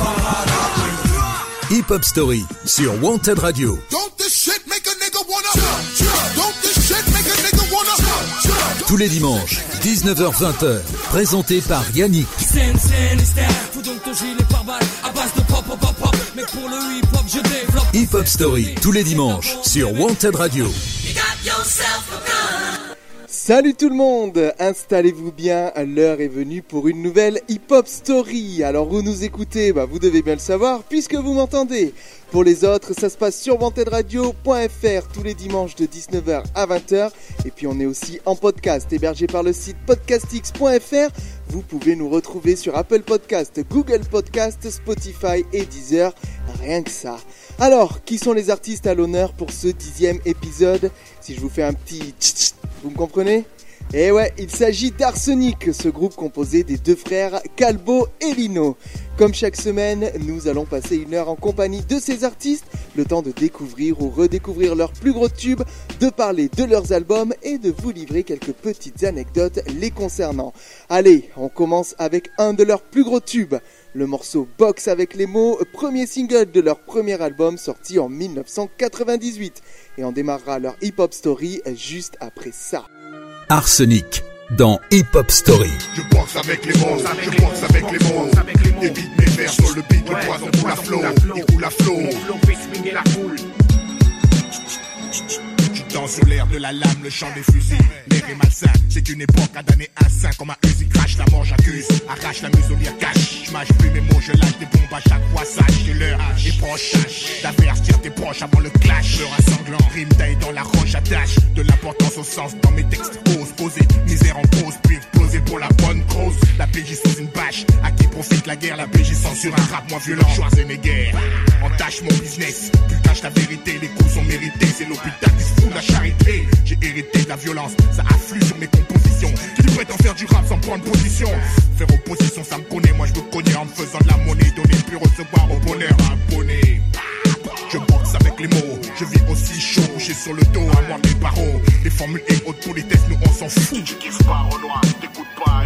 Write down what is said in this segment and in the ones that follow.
Hip Hop Story sur Wanted Radio. Tous les dimanches, 19h-20h, présenté par Yannick. Hip Hop Story, tous les dimanches, sur Wanted Radio. Salut tout le monde, installez-vous bien, l'heure est venue pour une nouvelle Hip Hop Story. Alors vous nous écoutez, vous devez bien le savoir puisque vous m'entendez. Pour les autres, ça se passe sur wantedradio.fr tous les dimanches de 19h à 20h. Et puis on est aussi en podcast, hébergé par le site podcastx.fr. Vous pouvez nous retrouver sur Apple Podcast, Google Podcast, Spotify et Deezer. Rien que ça. Alors, qui sont les artistes à l'honneur pour ce 10e épisode ? Si je vous fais un petit tch, vous me comprenez ? Eh ouais, il s'agit d'Arsenic, ce groupe composé des deux frères Calbo et Lino. Comme chaque semaine, nous allons passer une heure en compagnie de ces artistes, le temps de découvrir ou redécouvrir leurs plus gros tubes, de parler de leurs albums et de vous livrer quelques petites anecdotes les concernant. Allez, on commence avec un de leurs plus gros tubes, le morceau Box avec les mots, premier single de leur premier album sorti en 1998. Et on démarrera leur hip-hop story juste après ça. Arsenic dans Hip Hop Story. Je boxe avec les mots, je boxe avec les mots. Évite mes vers sur le beat, le poison coule à flot, il coule à flot. Mon flow fait swinguer la foule. Tu danses sur l'air de la lame, le chant des fusils. L'air est malsain, c'est une époque à damner un saint. Comme un Uzi crache, la mort j'accuse. Arrache la muselière cache. Je mâche plus mes mots, je lâche des bombes à chaque fois. Sache que l'heure est proche. D'avertir tes proches avant le clash. Fleur à sanglant, rime taille dans la roche. Attache de l'importance au sens dans mes textes. Ose poser, misère en pause, puis exploser pour la bonne cause. La PJ sous une bâche, à qui profite la guerre. La PJ censure un rap moins violent. Schwarzenegger, entache mon business. Tu caches la vérité, les coups sont mérités. C'est l'hôpital qui se fout de la charité. J'ai hérité de la violence, ça afflue sur mes compositions. Qui prétend faire du rap sans prendre position? Faire opposition, ça me connaît, moi je me connais en me faisant de la monnaie. Donner puis recevoir au bonheur abonné. Je boxe avec les mots, je vis aussi chaud, couché sur le dos, à moi mes barreaux. Les formules et haute politesse, nous on s'en fout. Tu kiffes pas, Renoir, t'écoutes pas,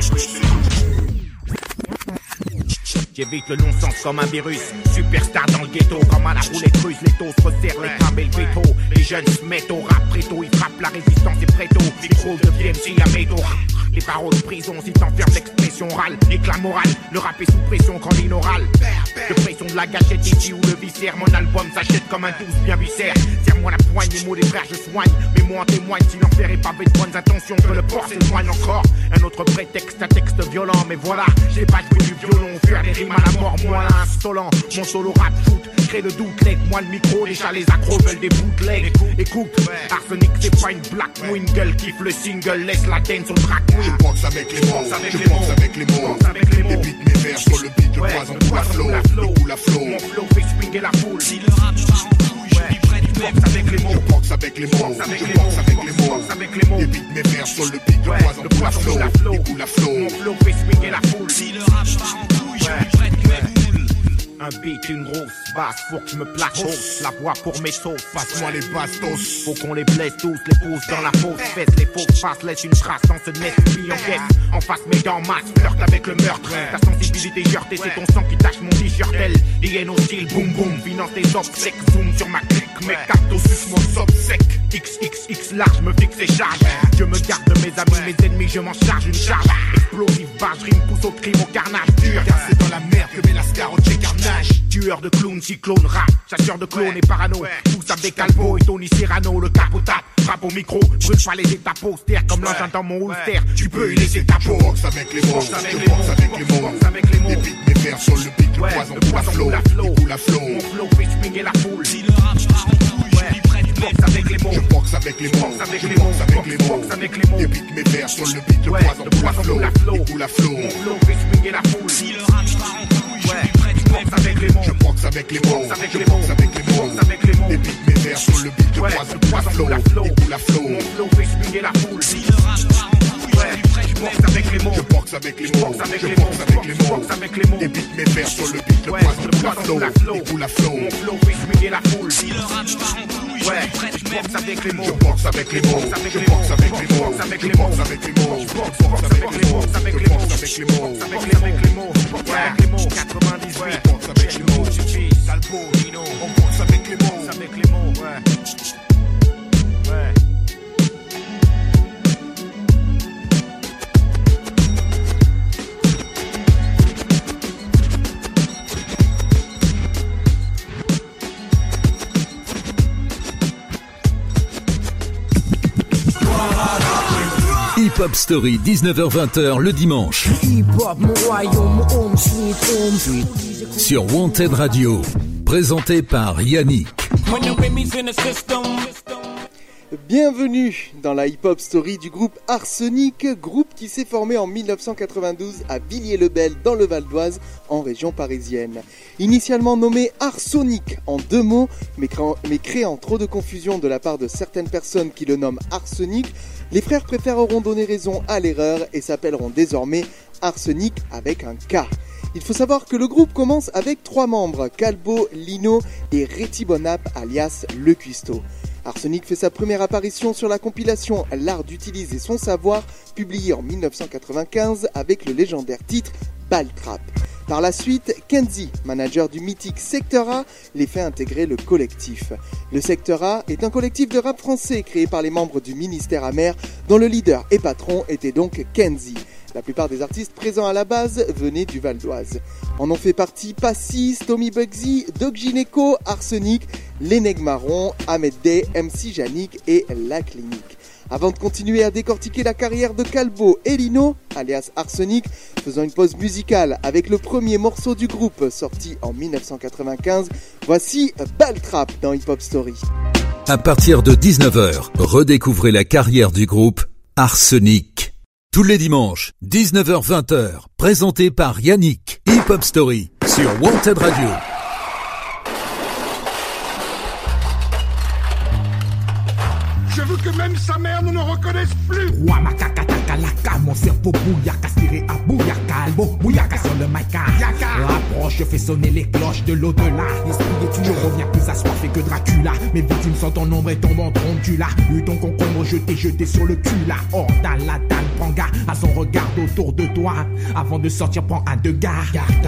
J'évite le non-sens comme un virus. Superstar dans le ghetto, comme à la roulette russe. Les taux se resserrent, les crabes et le veto. Les jeunes se mettent au rap préto. Ils frappent la résistance et préto. Micro deviennent si la métaux. Les paroles de prison, si t'enfermes l'expression orale. Éclat moral, le rap est sous pression quand l'inoral. De pression de la gâchette ici ou le viscère. Mon album s'achète comme un 12 bien viscère. Serre-moi la poigne, les mots des frères je soigne. Mais moi en témoigne, si l'enfer est pavé de bonnes intentions, que le port s'éloigne encore. Un autre prétexte, un texte violent. Mais voilà, j'ai pas joué du violon, faire des rimes à la mort, moi insolent. Mon solo rap shoot, crée le doute, moi le micro, déjà les accros veulent des bootlegs. Écoute, Arsenic c'est pas une black wingle, kiffe le single, laisse la dance au track. Je boxe avec les mots, je boxe avec les mots. Évite mes vers sur le beat, le poison coule à flot, il coule à flot. Mon flow fait swinguer la foule. Si le rap part en couille, je suis prêt du boxe avec les mots. Je boxe avec les mots, je boxe avec les mots. Évite mes vers sur le beat, le poison coule à flot, il coule à flot. Mon flow fait swinguer la foule. Si le rap part en couille, je suis prêt du boule. Un beat, une grosse basse, faut que je me plaque hausse. La voix pour mes sauces, passe-moi les bastos. Faut qu'on les blesse tous, les pousse dans la fausse fesse. Les fausses faces laissent une trace dans ce net. Puis en caisse, en face mes dents masse, flirte avec le meurtre. Ta sensibilité heurtée, c'est ton sang qui tache mon t-shirt. Elle, hyène hostile, boum boum, finance tes obsèques. Zoom sur ma clique, mes cartes au sus, mon sob sec. XXX large, me fixe et charge. Je me garde de mes amis, mes ennemis, je m'en charge une charge. Explosive, barge, rime, pousse au crime, au carnage dur. C'est dans la merde que met la scarotte chez carnage. Tueur de clowns, cyclone, rap, chasseur de clones et parano. Tous avec Calvo et Tony Serrano, le capotap, rap au micro, brûle pas les étapes postères comme l'engin dans mon holster. Tu peux y laisser ta peau. Je boxe avec les mots, je boxe avec les mots. Évite mes vers sur le beat, le poison coule à flot, il coule à flot. Mon flow fait swinguer la foule. Si le rap part en couille, je suis prêt du boxe avec les mots. Je boxe avec les mots, je boxe avec les mots. Évite mes vers sur le beat, le poison coule à flot, il coule à flot. Mon flow fait swinguer la foule. Si le rap part en couille, je suis prêt du boxe avec les mots. Je boxe avec les mots, avec les mots. Évite mes vers sur le beat, le poison coule à flot, il coule à flot. Mon flow fait swinguer la foule. Si le rap part en couille, je suis prêt du boxe avec les mots. Je boxe avec les mots, avec les mots. Évite mes vers sur le beat, le poison coule à flot, il coule à flot. Mon flow fait swinguer la foule. Si le rap part en couille, je suis prêt du boxe avec les mots. Je boxe avec les mots, je boxe avec les mots, avec je les mots. boxe avec les mots, Je boxe avec les mots. je boxe avec les mots, Avec les mots. 98. Hip Hop Story, 19h-20h le dimanche. Sur Wanted Radio, présenté par Yannick. Bienvenue dans la hip-hop story du groupe Arsenic, groupe qui s'est formé en 1992 à Villiers-le-Bel dans le Val d'Oise, en région parisienne. Initialement nommé Arsonic en deux mots, mais créant trop de confusion de la part de certaines personnes qui le nomment Arsenic, les frères préféreront donner raison à l'erreur et s'appelleront désormais Arsenic avec un K. Il faut savoir que le groupe commence avec 3 membres, Calbo, Lino et Réti Bonap alias Le Cuisto. Arsenic fait sa première apparition sur la compilation L'art d'utiliser son savoir, publiée en 1995 avec le légendaire titre Baltrap. Par la suite, Kenzie, manager du mythique Secteur A, les fait intégrer le collectif. Le Secteur A est un collectif de rap français créé par les membres du Ministère Amer, dont le leader et patron était donc Kenzie. La plupart des artistes présents à la base venaient du Val d'Oise. En ont fait partie Passis, Tommy Bugsy, Doc Gineco, Arsenic, L'Eneg Marron, Ahmed Day, MC Janik et La Clinique. Avant de continuer à décortiquer la carrière de Calbo et Lino, alias Arsenic, faisant une pause musicale avec le premier morceau du groupe sorti en 1995, voici Baltrap dans Hip Hop Story. À partir de 19h, redécouvrez la carrière du groupe Arsenic. Tous les dimanches, 19h-20h, présenté par Yannick. Hip Hop Story sur Wanted Radio. Je veux que même sa mère ne nous reconnaisse plus. Roi macaca takalaka, mon cerveau bouillaka, tiré à bouillaka, Calbo, bouillaka sur le maïka. Approche, je fais sonner les cloches de l'au-delà. L'esprit est tu reviens plus assoiffé que Dracula. Mes victimes sont ton ombre et ton ventre, tu l'as. Eu ton concombre, je t'ai jeté sur le cul là. Hors la dalle, prends garde à son regard autour de toi. Avant de sortir, prends un de garde.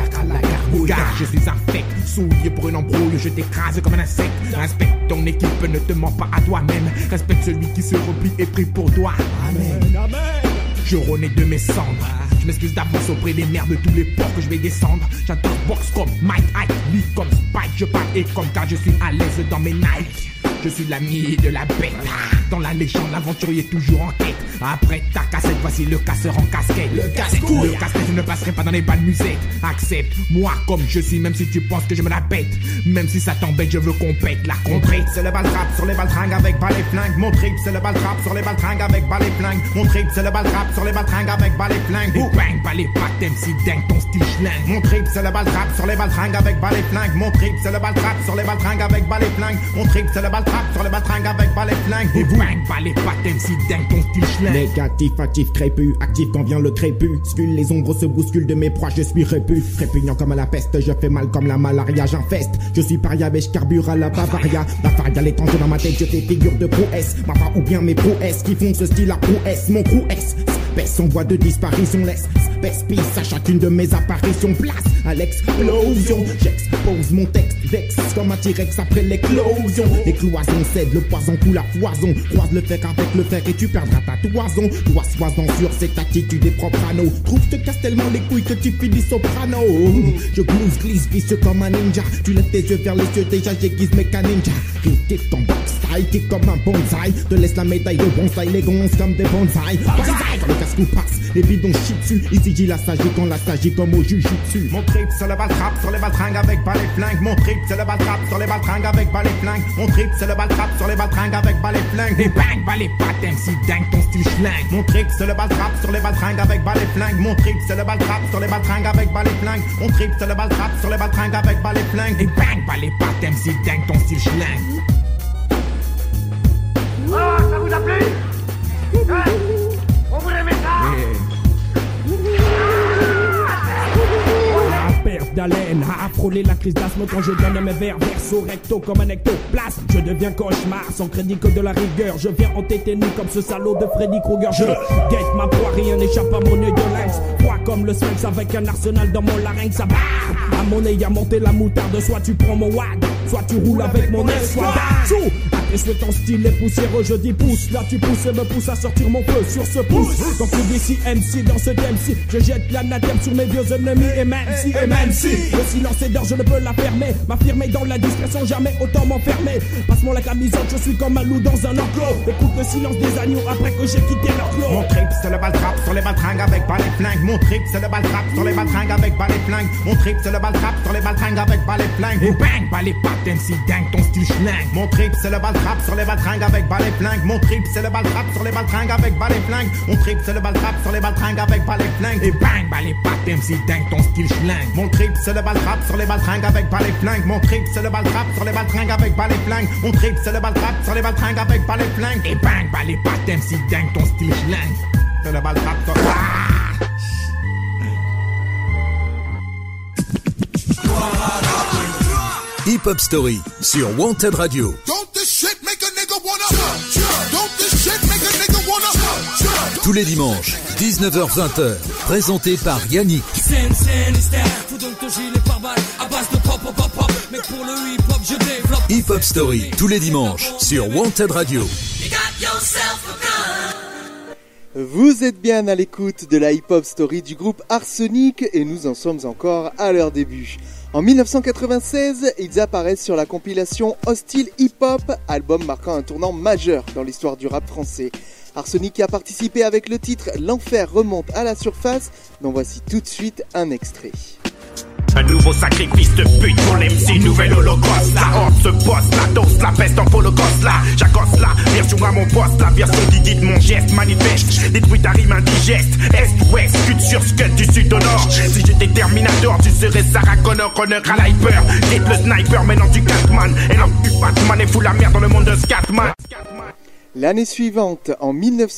Garde, je suis infect, souillé pour une embrouille, je t'écrase comme un insecte. Respecte ton équipe, ne te mens pas à toi-même. Respecte celui qui se replie et prie pour toi. Amen, amen. Je renais de mes cendres. Je m'excuse d'avance auprès des mères de tous les ports que je vais descendre. J'adore boxe comme Mike Ike, lit comme Spike. Je parle et comme car je suis à l'aise dans mes Nike. Je suis l'ami de la bête. Dans la légende, l'aventurier toujours en quête. Après ta cassette, voici le casseur en casquette. Le casse-couille. Le casse-tête, je ne passerai pas dans les bals musette. Accepte-moi comme je suis, même si tu penses que je me la pète. Même si ça t'embête, je veux qu'on pète la contrée. C'est le baltrap sur les baltringues avec balai flingue. Mon trip, c'est le baltrap sur les baltringues avec balai flingue. Mon trip, c'est le baltrap sur les baltringues avec balai flingue. Et bang, balai patem, si dingue ton style schlingue. Mon trip, c'est le baltrap sur les baltringues avec balai flingue. Mon trip, c'est le baltrap sur les baltringues avec balai flingue. Mon trip, c'est le baltrap sur les baltringues avec balai flingue. Et bang, balai patem, si dingue ton style schlingue. Négatif, actif, crépus, actif quand vient le crépuscule. Les ombres se bousculent de mes proies, je suis répugnant comme la peste, je fais mal comme la malaria, j'infeste. Je suis paria, mais je carbure à la Bavaria. La faria, l'étranger dans ma tête, je fais figure de prouesse. Ma voix ou bien mes prouesses qui font ce style à prouesse. Mon crew S, espèce en voie de disparition, laisse espèce pisse à chacune de mes apparitions. Place à l'explosion, j'expose mon texte, vexe comme un T-Rex après l'éclosion. Les cloisons cèdent, le poison coule la foison. Croise le fer avec le fer et tu perdras ta toison. Toi sois-en sûr, cette attitude est propre à nous. Trouve, te casse tellement les couilles que tu finis soprano. Je glisse vicieux comme un ninja. Tu lèves tes yeux vers les cieux, déjà j'aiguise mes ninja. Critique ton box style, kick comme un bonsaï. Te laisse la médaille de bonsaï, les gonzes comme des bonsaïs. Quand le casse-cou passe, les bidons chient dessus. Ici j'ai la sagie, quand la sagie comme au jujutsu. Mon trip, c'est le baltrap sur les baltringues avec balai flingue. Mon trip, c'est le baltrap sur les baltringues avec balai flingue. Mon trip, c'est le baltrap sur les baltringues avec balai flingue. Et bang, balai patem, si dingue ton style schlingue. Mon trip, c'est le baltrap sur les baltringues avec balai flingue. Mon trip, c'est le baltrap sur les baltringues avec balai flingue. Mon trip, c'est le baltrap sur les baltringues avec balai flingue. Et bang, balai patem, si dingue ton style schlingue. Ah, ça vous a plu? Hein? On vous remet ça? Perte d'haleine, à frôler la crise d'asthme quand je donne mes vers verso recto comme un ectoplasme. Je deviens cauchemar sans crédit que de la rigueur. Je viens entêter nu comme ce salaud de Freddy Krueger. Je guette ma proie, rien n'échappe à mon œil de lynx. Froid comme le sphinx avec un arsenal dans mon larynx. Ça barre, à mon œil a monté la moutarde. Soit tu prends mon wad, soit tu roules avec mon escouade. Et souhaitant style et poussiéreux, je dis pousse. Là tu pousses et me pousse à sortir mon feu sur ce pouce. Donc tu dis si MC dans ce MC, je jette l'anathème sur mes vieux ennemis. Et même si le silence est d'or, je ne peux la fermer. M'affirmer dans la discrétion, jamais autant m'enfermer. Passe-moi la camisole, je suis comme un loup dans un enclos. Écoute le silence des agneaux après que j'ai quitté leur clos. Mon trip c'est le baltrap sur les baltringues avec balai flingue. Mon trip c'est le baltrap sur les baltringues avec balai flingue. Mon trip c'est le baltrap sur les baltringues avec balai flingue. Et bang, balai pattes, MC dingue, ton style schlingue. Mon trip c'est le baltrap sur les baltringues avec balai flingue. Mon trip c'est le baltrap sur les baltringues avec balai flingue. Mon trip c'est le baltrap sur les baltringues avec balai flingue. Et bang, balai pattes, MC dingue, ton style schlingue. Mon trip c'est le baltrap sur les baltringues avec balai flingue. Mon trip c'est le baltrap sur les baltringues avec balai flingue. Mon trip c'est le baltrap sur les baltringues avec balai flingue. Et bang, balai pattes, MC dingue, ton style schlingue. C'est le baltrap sur... Hip Hop Story sur Wanted Radio. Tous les dimanches, 19h-20h, présenté par Yannick. Hip Hop Story, tous les dimanches, sur Wanted Radio. Vous êtes bien à l'écoute de la Hip Hop Story du groupe Arsenic et nous en sommes encore à leur début. En 1996, ils apparaissent sur la compilation Hostile Hip Hop, album marquant un tournant majeur dans l'histoire du rap français. Arsenic a participé avec le titre L'enfer remonte à la surface, dont voici tout de suite un extrait. Un nouveau sacrifice de pute pour l'MC, nouvel holocauste. La horde se poste, la dose, la peste en holocaust. Là, j'accoste la version à mon poste, la version qui guide mon geste manifeste. Détruit ta rime indigeste, est-ouest, scud sur scud du sud au nord. Si j'étais Terminator, tu serais Sarah Connor, honneur à l'hyper. Guette le sniper, maintenant tu Catman. Et l'homme du Batman et fout la merde dans le monde de Scatman. L'année suivante, en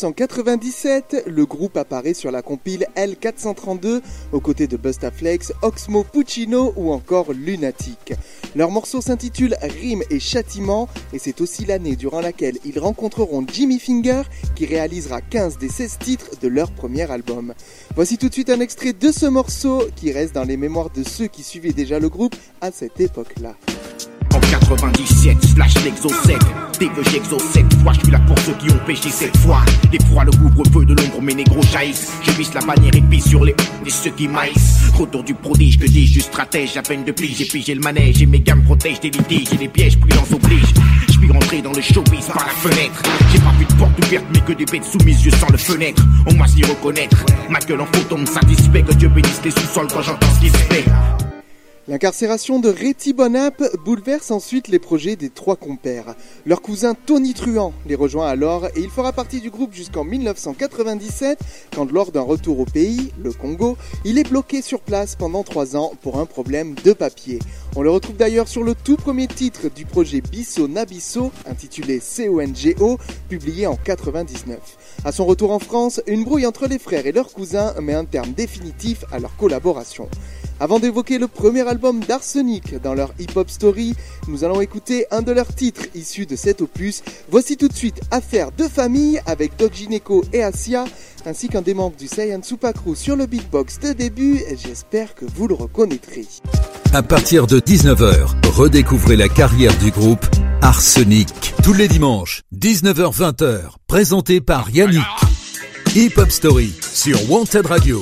1997, le groupe apparaît sur la compile L432 aux côtés de Bustaflex, Oxmo Puccino ou encore Lunatic. Leur morceau s'intitule Rime et Châtiment et c'est aussi l'année durant laquelle ils rencontreront Jimmy Finger qui réalisera 15 des 16 titres de leur premier album. Voici tout de suite un extrait de ce morceau qui reste dans les mémoires de ceux qui suivaient déjà le groupe à cette époque-là. En 97, slash l'exocète. Dès que j'exocète, fois je suis là pour ceux qui ont péché cette fois. Des fois le couvre-feu de l'ombre, mes négros jaillissent. Je visse la bannière épée sur les et ceux qui maïssent. Retour du prodige, que dis-je, stratège, à peine de pli. J'ai pigé le manège et mes gammes protègent des litiges. Et les pièges, prudence oblige. Je suis rentré dans le showbiz par la fenêtre. J'ai pas vu de porte ouverte, mais que des bêtes sous mes yeux sans le fenêtre. On m'a s'y reconnaître. Ma gueule en photo me satisfait. Que Dieu bénisse les sous-sols quand j'entends ce qui se fait. L'incarcération de Réti Bonap bouleverse ensuite les projets des trois compères. Leur cousin Tony Truant les rejoint alors et il fera partie du groupe jusqu'en 1997 quand lors d'un retour au pays, le Congo, il est bloqué sur place pendant 3 ans pour un problème de papier. On le retrouve d'ailleurs sur le tout premier titre du projet Bisso Nabisso intitulé CONGO publié en 99. À son retour en France, une brouille entre les frères et leurs cousins met un terme définitif à leur collaboration. Avant d'évoquer le premier album d'Arsenic dans leur Hip Hop Story, nous allons écouter un de leurs titres issus de cet opus. Voici tout de suite Affaire de famille avec Doc Gineco et Asia, ainsi qu'un des membres du Saiyan Super Crew sur le beatbox de début. J'espère que vous le reconnaîtrez. À partir de 19h, redécouvrez la carrière du groupe Arsenic. Tous les dimanches, 19h-20h, présenté par Yannick. Hip Hop Story sur Wanted Radio.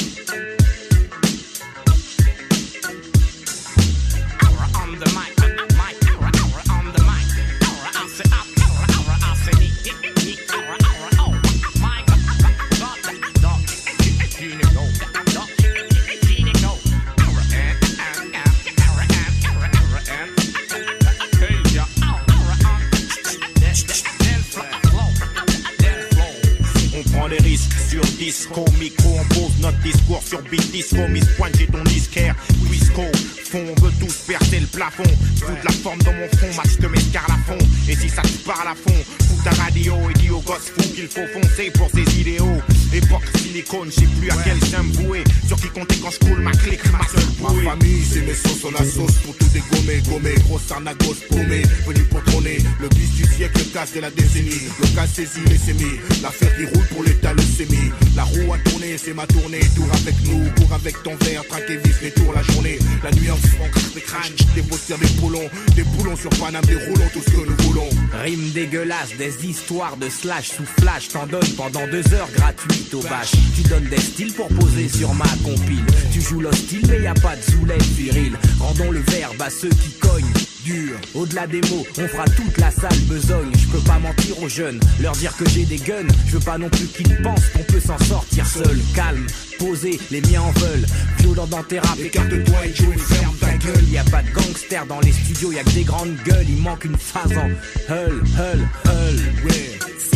Disco, micro, on pose notre discours sur beat disco. Miss Pointe, j'ai ton disquaire, Quisco. Fond, on veut tous percer le plafond. Fous de la forme dans mon front, max de mescar à fond. Et si ça te parle à fond, fous ta radio et dis aux gosses fous qu'il faut foncer pour ses idéaux. Époque silicone, je sais plus à quel j'aime vouer. Sur qui compter quand je coule ma clique, ma seule bouée. Ma famille, c'est mes sauces sur la sauce pour tout dégommer, gommer. Grosse arnagos paumée, venu pour trôner. Le bis du siècle, le casse de la décennie. Le cas saisi, les sémis. L'affaire qui roule pour l'état, le sémi. La roue a tourné, c'est ma tournée. Tour avec nous, cours avec ton verre. Traque et vif les tours la journée. La nuit en fond, des crânes, des posters, des boulons sur Paname, des roulons, tout ce que nous voulons. Rimes dégueulasses, des histoires de slash sous flash. T'en donnes pendant 2 heures gratuites au bâche. Tu donnes des styles pour poser sur ma compile. Tu joues l'hostile mais y a pas de zoulette viril. Rendons le verbe à ceux qui cognent dur. Au-delà des mots, on fera toute la salle besogne. Je peux pas mentir aux jeunes, leur dire que j'ai des guns. Je veux pas non plus qu'ils pensent qu'on peut s'en sortir seul. Calme, posé, les miens en veulent. Violent dans tes rap, écarte-toi et joue et ferme ta gueule. Y a pas de gangsters dans les studios, y a que des grandes gueules. Il manque une phase en hull, hull, hull, ouais.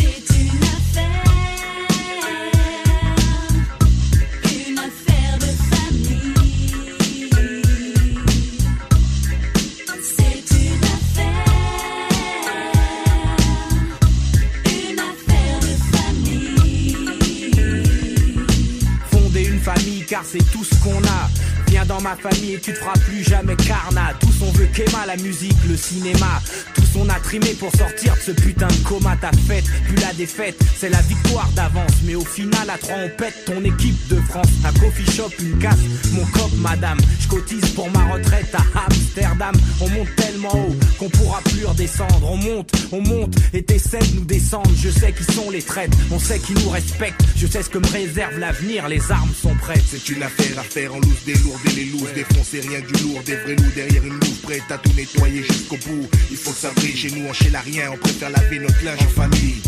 Car c'est tout ce qu'on a. Viens dans ma famille et tu te feras plus jamais carnat. Tous on veut qu'Emma, la musique, le cinéma. Tous on a trimé pour sortir de ce putain de coma. Ta fête, plus la défaite, c'est la victoire d'avance. Mais au final, à 3 on pète ton équipe de France. Un coffee shop, une casse, mon cop madame. Je cotise pour ma retraite à Amsterdam. On monte tellement haut qu'on pourra plus redescendre. On monte et t'essaies de nous descendre. Je sais qui sont les traîtres, on sait qui nous respectent. Je sais ce que me réserve l'avenir, les armes sont prêtes. C'est une affaire à faire en loose, des lourds et les looses. Défoncer rien que du lourd, des vrais loups derrière une loupe. Prête à tout nettoyer jusqu'au bout. Il faut que ça brille, chez nous on chez la rien. On préfère laver notre linge en famille.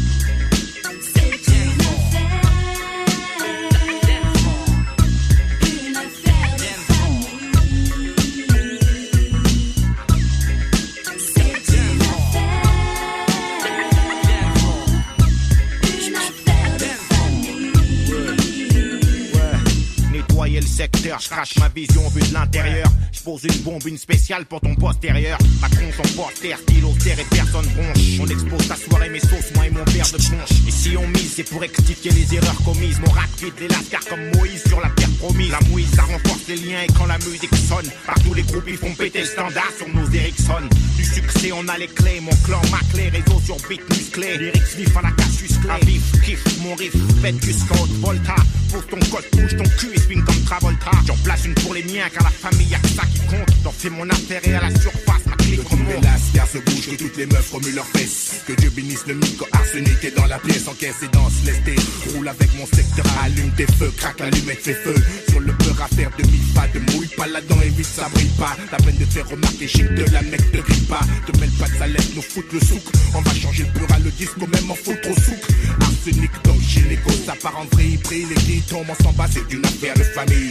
Le secteur, je crache ma vision vue de l'intérieur. Je pose une bombe, une spéciale pour ton postérieur. Macron, son poster, stylo, terre et personne bronche. On expose ta soirée, mes sauces, moi et mon verre de punch. Et si on mise, c'est pour rectifier les erreurs commises. Mon rap vide les lascars comme Moïse sur la terre promise. La mouise, ça renforce les liens et quand la musique sonne, partout les groupes ils font péter le standard sur nos Ericsson. Du succès, on a les clés, mon clan, ma clé, réseau sur beat musclé. Lyrics vif à la casus clé. À vif, kiff, mon riff, fête jusqu'à haute volta. Pose ton code, bouge ton cul et swing comme Travolta. J'en place une pour les miens car la famille y'a que ça qui compte. J'en fais mon affaire et à la surface ma clique remonte. Que las car se bouge, que toutes les meufs remuent leurs fesses. Que Dieu bénisse le micro arsenic est dans la pièce. Encaisse et danse, laisse tes roule avec mon secteur. Allume tes feux, craque l'allumette, fais feu. Sur le beurre à faire demi pas, de mouille pas là-dedans et vite ça brille pas. La peine de te faire remarquer, chic de la mec te grille pas. Te mêle pas de sa lettre, nous foutre le souk. On va changer le beurre à le disque, même en foutre au souk. Arsenic dans gynéco, ça part en vrille, brille. Les qui tombent, on s'en bat, c'est une affaire de famille.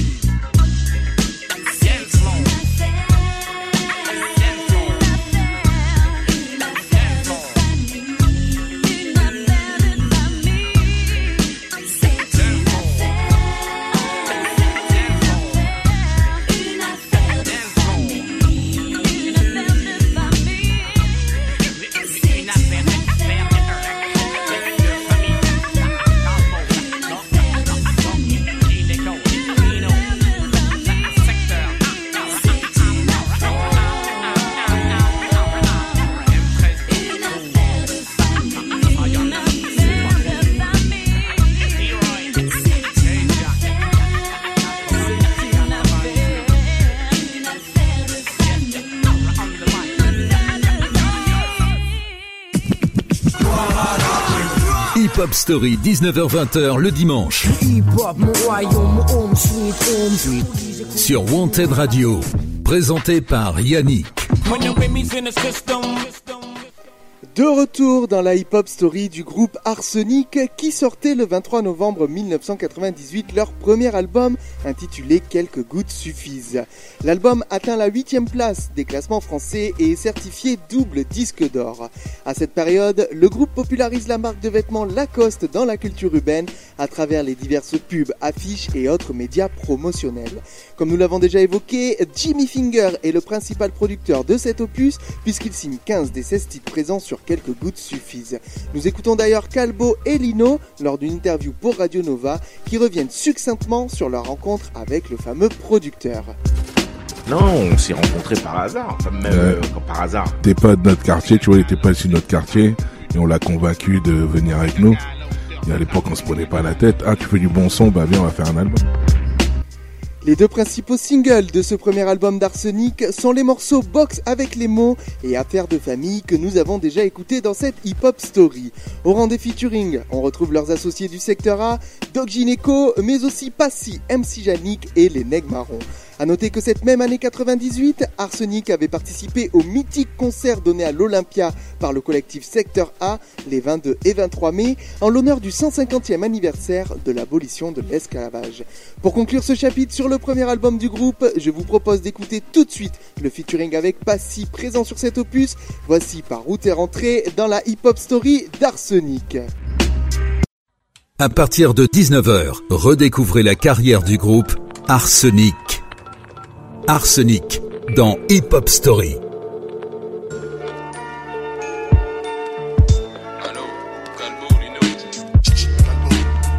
Hip-Hop Story, 19h-20h le dimanche. Sur Wanted Radio. Présenté par Yannick. De retour dans la hip-hop story du groupe Arsenic qui sortait le 23 novembre 1998 leur premier album intitulé Quelques gouttes suffisent. L'album atteint la 8e place des classements français et est certifié double disque d'or. À cette période, le groupe popularise la marque de vêtements Lacoste dans la culture urbaine à travers les diverses pubs, affiches et autres médias promotionnels. Comme nous l'avons déjà évoqué, Jimmy Finger est le principal producteur de cet opus puisqu'il signe 15 des 16 titres présents sur Quelques gouttes suffisent. Nous écoutons d'ailleurs Calbo et Lino lors d'une interview pour Radio Nova qui reviennent succinctement sur leur rencontre avec le fameux producteur. Non, on s'est rencontrés par hasard, même par hasard. T'es pas de notre quartier, tu vois, il était pas issu de notre quartier et on l'a convaincu de venir avec nous. Et à l'époque, on se prenait pas la tête. Ah, tu fais du bon son, bah viens, on va faire un album. Les deux principaux singles de ce premier album d'Arsenic sont les morceaux Box avec les mots et Affaire de famille que nous avons déjà écoutés dans cette hip-hop story. Au rang des featuring, on retrouve leurs associés du secteur A, Doc Gineco, mais aussi Passy, MC Yannick et les Nègres Marrons. A noter que cette même année 98, Arsenic avait participé au mythique concert donné à l'Olympia par le collectif Secteur A les 22 et 23 mai en l'honneur du 150e anniversaire de l'abolition de l'esclavage. Pour conclure ce chapitre sur le premier album du groupe, je vous propose d'écouter tout de suite le featuring avec Passy présent sur cet opus. Voici par où t'es rentré dans la hip-hop story d'Arsenic. À partir de 19h, redécouvrez la carrière du groupe Arsenic. Arsenic dans Hip Hop Story. Allô, Calbo, Lino. Calbo,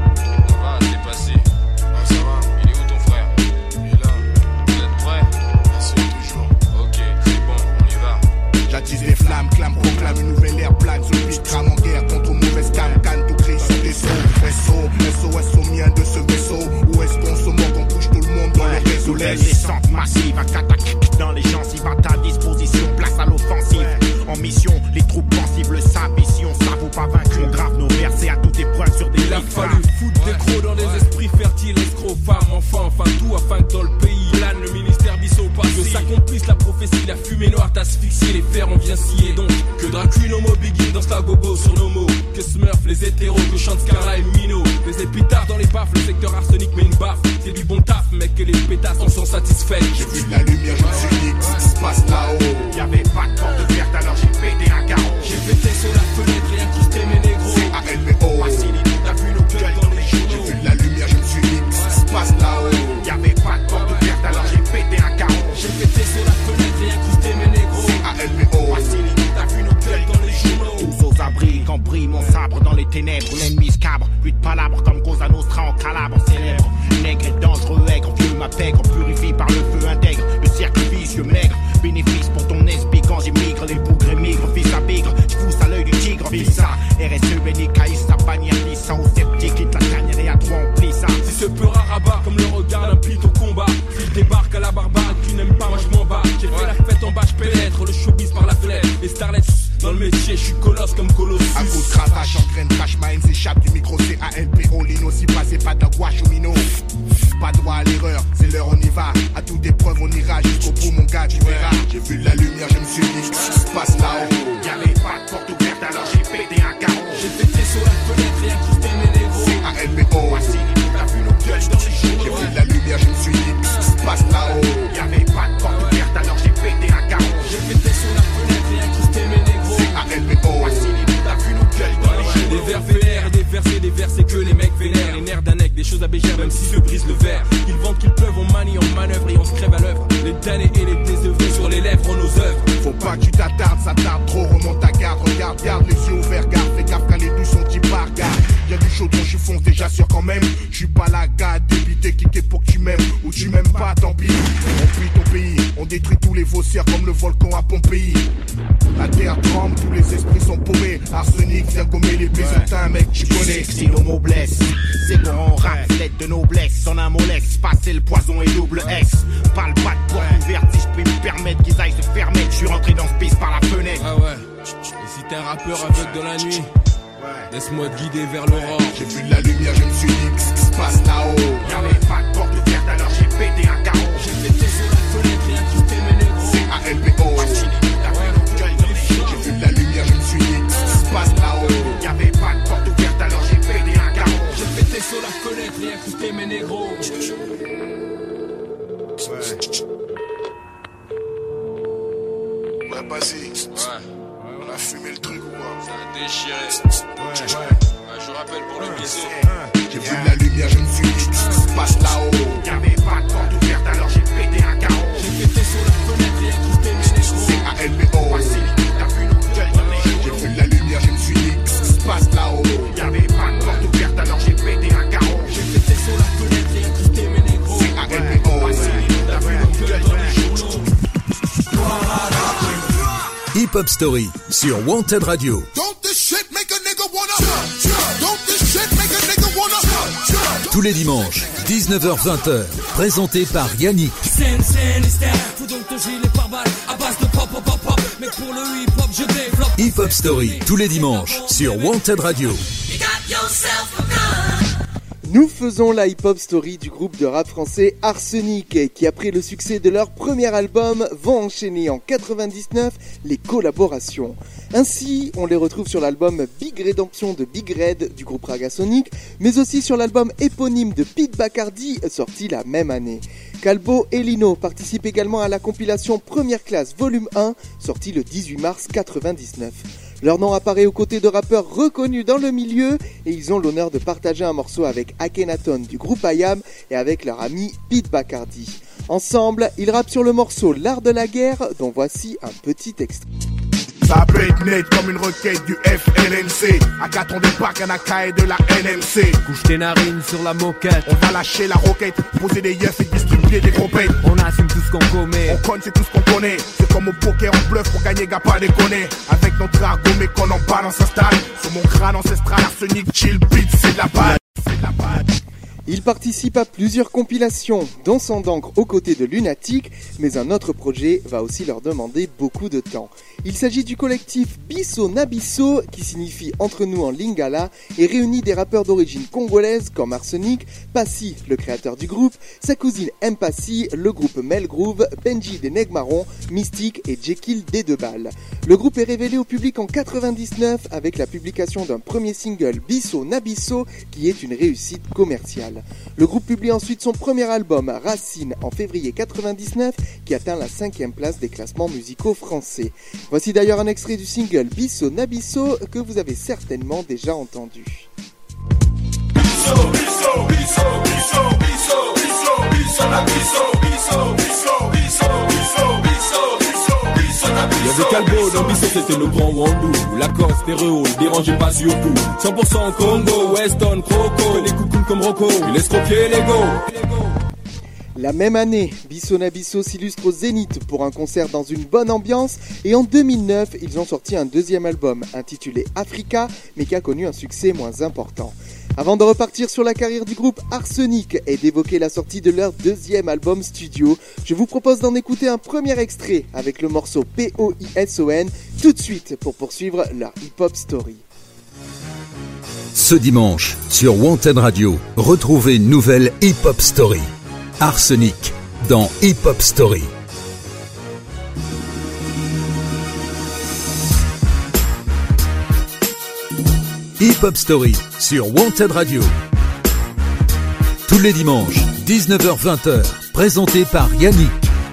ça va, t'es passé? Ah, ça va. Il est où ton frère? Il est là. Vous êtes prêts? Bien sûr, toujours. Ok, c'est bon, on y va. J'attise les flammes, clame, proclame une nouvelle ère plane. Ce beat crame en guerre contre mauvaise cam. Canne tout crie sur des sauts. SOS au mien de ce vaisseau. Où est-ce qu'on se moque, on touche tout le monde dans le réseau. Descente massive, à catac dans les gencives, à ta disposition, place à l'offensive. En mission, les troupes pensibles s'ambition, ça vaut pas vaincu. On grave nos versets à toute épreuve sur des Il a fallu foutre des crocs dans des esprits fertiles, escrocs, femmes, enfants, enfin tout afin que dans le pays plane le ministère bis au passé. Que s'accomplisse la prophétie, la fumée noire t'asphyxie, les fers on vient scier donc. Que Dracul Homo Biggie danse la gogo sur nos mots. Que Smurf, les hétéros, que chante Scarla et Mino. Les épitaphes dans les baffes, le secteur Arsenic met une baffe. C'est du bon taf, mec, que les pétasses en sont satisfaits. J'ai vu de la lumière, je me suis dit, qu'est-ce qui se passe là-haut? Y'avait pas de porte ouverte, alors j'ai pété un carreau. J'ai pété sur la fenêtre et incrusté mes négros. C-A-L-B-O. Facilité, t'as vu nos gueules dans les journaux. J'ai vu de la lumière, je me suis dit, qu'est-ce qui se passe là-haut? Y'avait pas de porte ouverte, alors j'ai pété un carreau. J'ai pété sur la fenêtre et incrusté mes négros. C-A-L-B-O. Facilité, t'as vu nos gueules dans les journaux. Tous aux abris, quand brille mon sabre dans les ténèbres. L'ennemi scabre, plus de palabres comme Cosa Nostra en calabre célèbre. Nègre et dangereux, aigre, vieux ma pègre, purifie par le feu intègre. Le cercle vicieux maigre, bénéfice pour ton esprit quand j'émigre. Les bougres émigrent, fils à bigre, j'pousse à l'œil du tigre. Vissa, RSE, Bénicaïs, sa bannière glissant. Au sceptique, quitte la tanière et à toi on plie ça. Si ce peur à rabat comme le regard d'un plit au combat. Si je débarque à la barbade, tu n'aimes pas, moi je m'en bats. J'ai fait la fête en bas, je pénètre le showbiz par la fenêtre. Les starlets dans le métier, je suis colosse comme Colossus. À coup de cravache, en graine, crash, ma haine s'échappe du micro, C-A-L-P-O, Lino, si pas, c'est pas de la gouache ou minot. Pas droit à l'erreur, c'est l'heure, on y va. À toute épreuve, on ira jusqu'au bout, mon gars, tu verras. J'ai vu de la lumière, je me suis dit, qu'est-ce qui se passe là-haut? Y'avait pas de porte ouverte, alors j'ai pété un carreau. J'ai pété sur la fenêtre et incrusté mes négros. C-A-L-B-O. T'as vu nos gueules dans les journaux. J'ai vu de la lumière, je me suis dit, qu'est-ce qui se passe là-haut? Y'avait pas de porte ouverte, alors j'ai pété un carreau. J'ai pété sur la fenêtre et incrusté mes négros. C-A-L-B-O. T'as vu nos gueules dans les journaux. Des vers vénères, des versets que les mecs vénèrent. Les nerfs d'un nec, des choses à bégère, même si se brise le verre. Ils vendent qu'il pleuve, on manie, on manœuvre et on se crève à l'œuvre. Les damnés et les désœuvrés sur les lèvres, nos œuvres. Faut pas que tu t'attardes, ça tarde trop, remonte ta garde, regarde, garde les yeux ouverts, garde, fais gaffe quand les douches sont qui part, garde. Y'a du chaudron, je fonce déjà sûr quand même. J'suis pas la gars débité, cliquer pour que tu m'aimes, ou tu m'aimes pas, tant pis. On fuit ton pays, on détruit tous les faussaires comme le volcan à Pompéi. La terre tremble, tous les esprits sont paumés. Arsenic vient gommer les blés sur un mec, tu connais. Si le mot blesse, c'est qu'on en rap, lettre de noblesse. En un mot lex, passer le poison et double S. Parle pas de porte ouverte, si je peux me permettre qu'ils aillent se fermer. Je suis rentré dans ce piste par la fenêtre. Ah ouais, et si t'es un rappeur aveugle dans la nuit, laisse-moi te guider vers l'aurore. J'ai vu de la lumière, je me suis dit, qu'est-ce qui se passe là-haut? Y'avait pas de porte ouverte, alors j'ai pété un carreau. J'ai pété sur la fenêtre et incrusté mes négros. C-A-L-B-O. J'ai vu de la lumière, je me suis dit, qu'est-ce qui se passe là-haut? Y'avait pas de porte ouverte, alors j'ai pété un carreau. J'ai pété sur la fenêtre et incrusté mes négros. Ouais, Passy. On a fumé le truc ou quoi? Ça a déchiré. Je rappelle pour le bisou. J'ai vu de la lumière, je me suis dit, qu'est-ce qui se passe là-haut? Y'avait pas de porte ouverte, alors j'ai pété un carreau. J'ai pété sur la fenêtre et incrusté mes négros. C-A-L-B-O. T'as vu nos gueules dans les journaux. J'ai vu de la lumière, je me suis dit, qu'est-ce qui se passe là-haut? Y'avait pas de porte ouverte, alors j'ai pété un carreau. J'ai pété sur la fenêtre et incrusté mes négros. C-A-L-B-O. T'as vu nos gueules dans les journaux. Hip Hop Story sur Wanted Radio. Don't this shit make a nigga wanna? Don't this shit make a nigga wanna? tous les dimanches, 19h-20h, présenté par Yannick. Hip Hop Story, tous les dimanches, sur Wanted Radio. Nous faisons la hip-hop story du groupe de rap français Arsenic, qui après le succès de leur premier album, vont enchaîner en 99 les collaborations. Ainsi, on les retrouve sur l'album Big Redemption de Big Red du groupe Ragasonic, mais aussi sur l'album éponyme de Pete Bacardi, sorti la même année. Calbo et Lino participent également à la compilation Première Classe Volume 1, sortie le 18 mars 99. Leur nom apparaît aux côtés de rappeurs reconnus dans le milieu et ils ont l'honneur de partager un morceau avec Akhenaton du groupe IAM et avec leur ami Pete Bacardi. Ensemble, ils rappent sur le morceau L'Art de la Guerre, dont voici un petit extrait. Ça peut être net comme une requête du FLNC. À 4 on débarque un AK et de la NMC. Couche tes narines sur la moquette. On va lâcher la roquette, poser des yeux et distribuer des groupettes. On assume tout ce qu'on commet. On conne, c'est tout ce qu'on connaît. C'est comme au poker, on bluffe pour gagner, gars, pas déconner. Avec notre argot, mais qu'on en balance s'installe. Sur mon crâne ancestral, Arsenic, chill, beat, c'est de la balle. C'est de la balle. Il participe à plusieurs compilations, dont Sang d'encre aux côtés de Lunatic, mais un autre projet va aussi leur demander beaucoup de temps. Il s'agit du collectif Bisso Nabisso, qui signifie entre nous en lingala, et réunit des rappeurs d'origine congolaise comme Arsenic, Passy, le créateur du groupe, sa cousine Mpassi, le groupe Melgroove, Benji des Negmarons, Mystique et Jekyll des Deux Balles. Le groupe est révélé au public en 99 avec la publication d'un premier single Bisso Nabisso, qui est une réussite commerciale. Le groupe publie ensuite son premier album, Racine, en février 99, qui atteint la 5e place des classements musicaux français. Voici d'ailleurs un extrait du single Bisso Nabisso que vous avez certainement déjà entendu. Bisso, bisso, bisso, bisso, bisso, bisso, bisso, Nabisso, bisso, bisso, bisso, bisso, bisso, bisso, Nabisso. Y'avait Calbo, dans Bisso c'était le grand Wandou. Lacoste, stéréo, dérangez pas surtout. 100% Congo, Weston, Croco, les coucous comme Rocco, il laisse croquer les go. La même année, Bisso Nabisso s'illustre au Zénith pour un concert dans une bonne ambiance et en 2009, ils ont sorti un deuxième album intitulé Africa, mais qui a connu un succès moins important. Avant de repartir sur la carrière du groupe Arsenic et d'évoquer la sortie de leur deuxième album studio, je vous propose d'en écouter un premier extrait avec le morceau POISON tout de suite pour poursuivre leur hip-hop story. Ce dimanche, sur Wanted Radio, retrouvez une nouvelle hip-hop story. Arsenic dans Hip Hop Story. Hip Hop Story sur Wanted Radio. Tous les dimanches, 19h-20h, présenté par Yannick.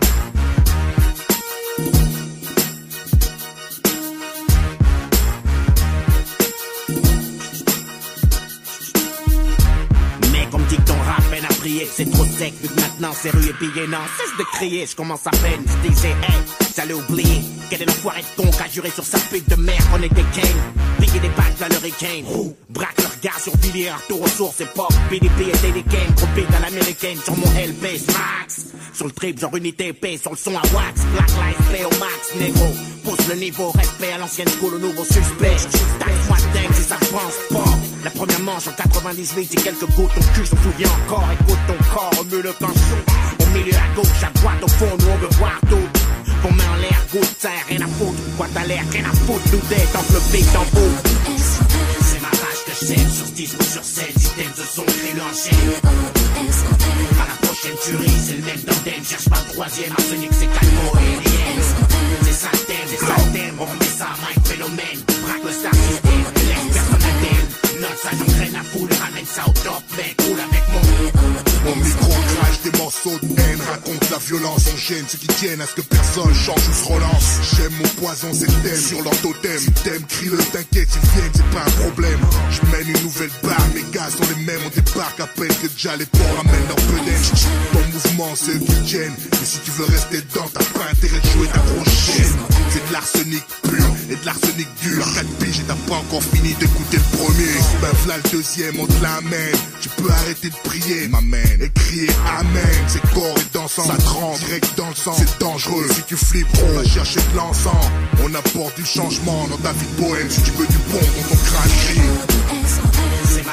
C'est trop sec, vu que maintenant c'est rue et pillé. Non, cesse de crier, je commence à peine. Je disais, hey, j'allais oublier. Quel est l'enfoiré de con qu'a juré sur sa pute de merde. On est des gangs, piquer des bacs dans l'hurricane. Braque leur gars sur Villiers, retour aux sources, c'est pop. PDP et des gangs, gros beat à l'américaine. Sur mon LP, Max. Sur le trip, genre unité épée, sur le son à wax. Black Lives, play au max, négro. Pousse le niveau, respect à l'ancienne school, au nouveau suspect. Taxe-moi dingue si ça pense pas. La première manche en 98, c'est quelques gouttes, ton cul se souvient encore. Écoute ton corps, remue le canson. Au milieu à gauche, à droite, au fond, nous on veut voir tout. Qu'on met en l'air, goutte, ça rien à foutre. Quoi t'as l'air, rien à foutre, tout est enveloppé dans beau. C'est ma rage que je sème sur 10 ou sur 7. Système de son, crée l'enchaîne. À la prochaine tuerie, c'est le même tandem. Cherche pas le troisième, Arsenic, c'est calmo et rien. C'est ça le thème, on remet ça à Mike Phénomène. Braque le star system, laisse personne à thème. Note ça, j'entraîne la foule, ramène ça au top, mec, roule avec mon micro crache des morceaux de haine, raconte la violence, on gêne ceux qui tiennent à ce que personne change ou se relance. J'aime mon poison, c'est le thème sur leur totem. Si t'aimes, crie-le, t'inquiète, s'ils viennent, c'est pas un problème. Je mène une nouvelle barre, mes gars sont les mêmes, on débarque à peine que déjà les porcs ramènent leur pedèche. Ton mouvement, c'est eux qui tiennent, mais si tu veux rester dedans, t'as pas intérêt de jouer ta prochaine. C'est de l'arsenic pur et de l'arsenic dur. 4 piges et t'as pas encore fini d'écouter le premier. Ben v'là le deuxième, on te l'amène. Tu peux arrêter de prier, ma man, et crier amen. C'est corps et dansant, ça te rend direct dans le sang. C'est dangereux, si tu flippes, on va chercher de l'encens. On apporte du changement dans ta vie de bohème. Si tu veux du bon, on ton crâne crie. C'est ma rage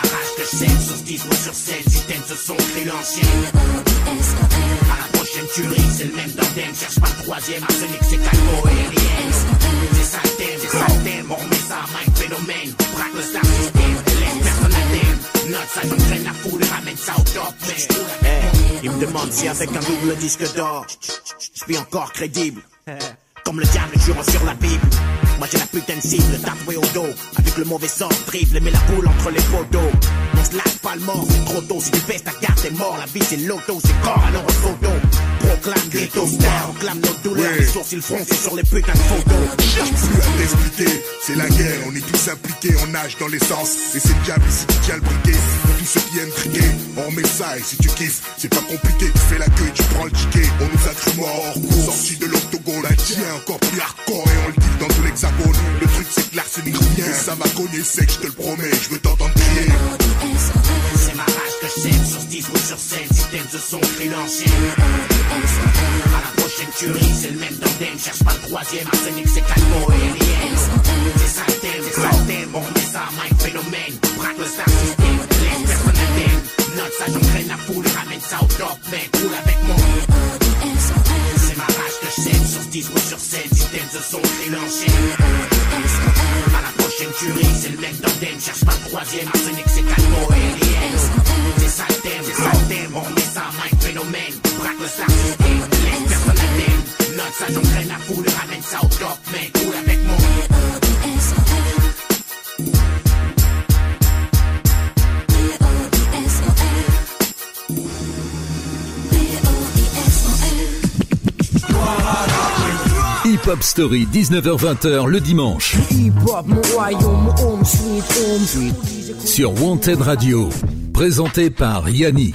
que je sème sur ce 10 mots sur 7. Si t'aimes ce son, crée l'ancien. À la prochaine tuerie, c'est le même tandem. Cherche pas le troisième, arsenic, c'est calmo et alien. C'est ça le thème, on remet ça à Mike Phénomène. Braque le star system, laisse personne à thème. Note ça, j'entraîne la foule et ramène ça au top, mais il me demande si avec un double disque d'or, je suis encore crédible. Comme le diable jurant sur la Bible. Moi j'ai la putain de cible, tatoué au dos. Avec le mauvais sort, dribble, mets la boule entre les poteaux. On se lâche pas le mort, c'est trop tôt. Si tu baisses ta carte, t'es mort. La vie c'est l'auto, c'est corps, alors on photo. Proclame ghetto star, proclame nos douleurs. Les sourcils froncés sur les putains de photos. Plus à t'expliquer, c'est la guerre, on est tous impliqués, on nage dans l'essence. Et c'est le diable ici qui tient le briquet. Pour tous ceux qui aiment triquer, on remet ça et si tu kiffes, c'est pas compliqué. Tu fais la queue et tu prends le ticket. On nous a cru morts hors cours, sortis de l'octogone. La tiens encore plus hardcore et on le dit dans tout l'hexagone. Le truc c'est que l'arsenic revient, et ça va cogner sec, je te le promets, je veux t'entendre crier. C'est ma rage que je sème sur ce 10 mots sur 7. Si t'aimes ce son, crée l'ancien. À la prochaine tuerie, c'est le même tandem. Cherche pas le troisième, arsenic, c'est calmo et alien. C'est ça le thème, on remet ça à Mike Phénomène. Braque le star system, laisse personne à thème. Note ça, j'entraîne la foule et ramène ça au top, mec, roule avec moi. C'est ma rage que je sème sur ce 10 mots sur 7. Si t'aimes ce son, crée l'ancien. À la prochaine tuerie, c'est le même tandem. Cherche pas le troisième, arsenic, c'est calmo et alien. C'est ça le thème, on remet ça à Mike Phénomène. Braque le star system, laisse personne à thème. Note ça, j'entraîne la foule et ramène ça au top, mec, roule avec moi. Hip Hop Story, 19h-20h le dimanche. Sur Wanted Radio, présenté par Yannick.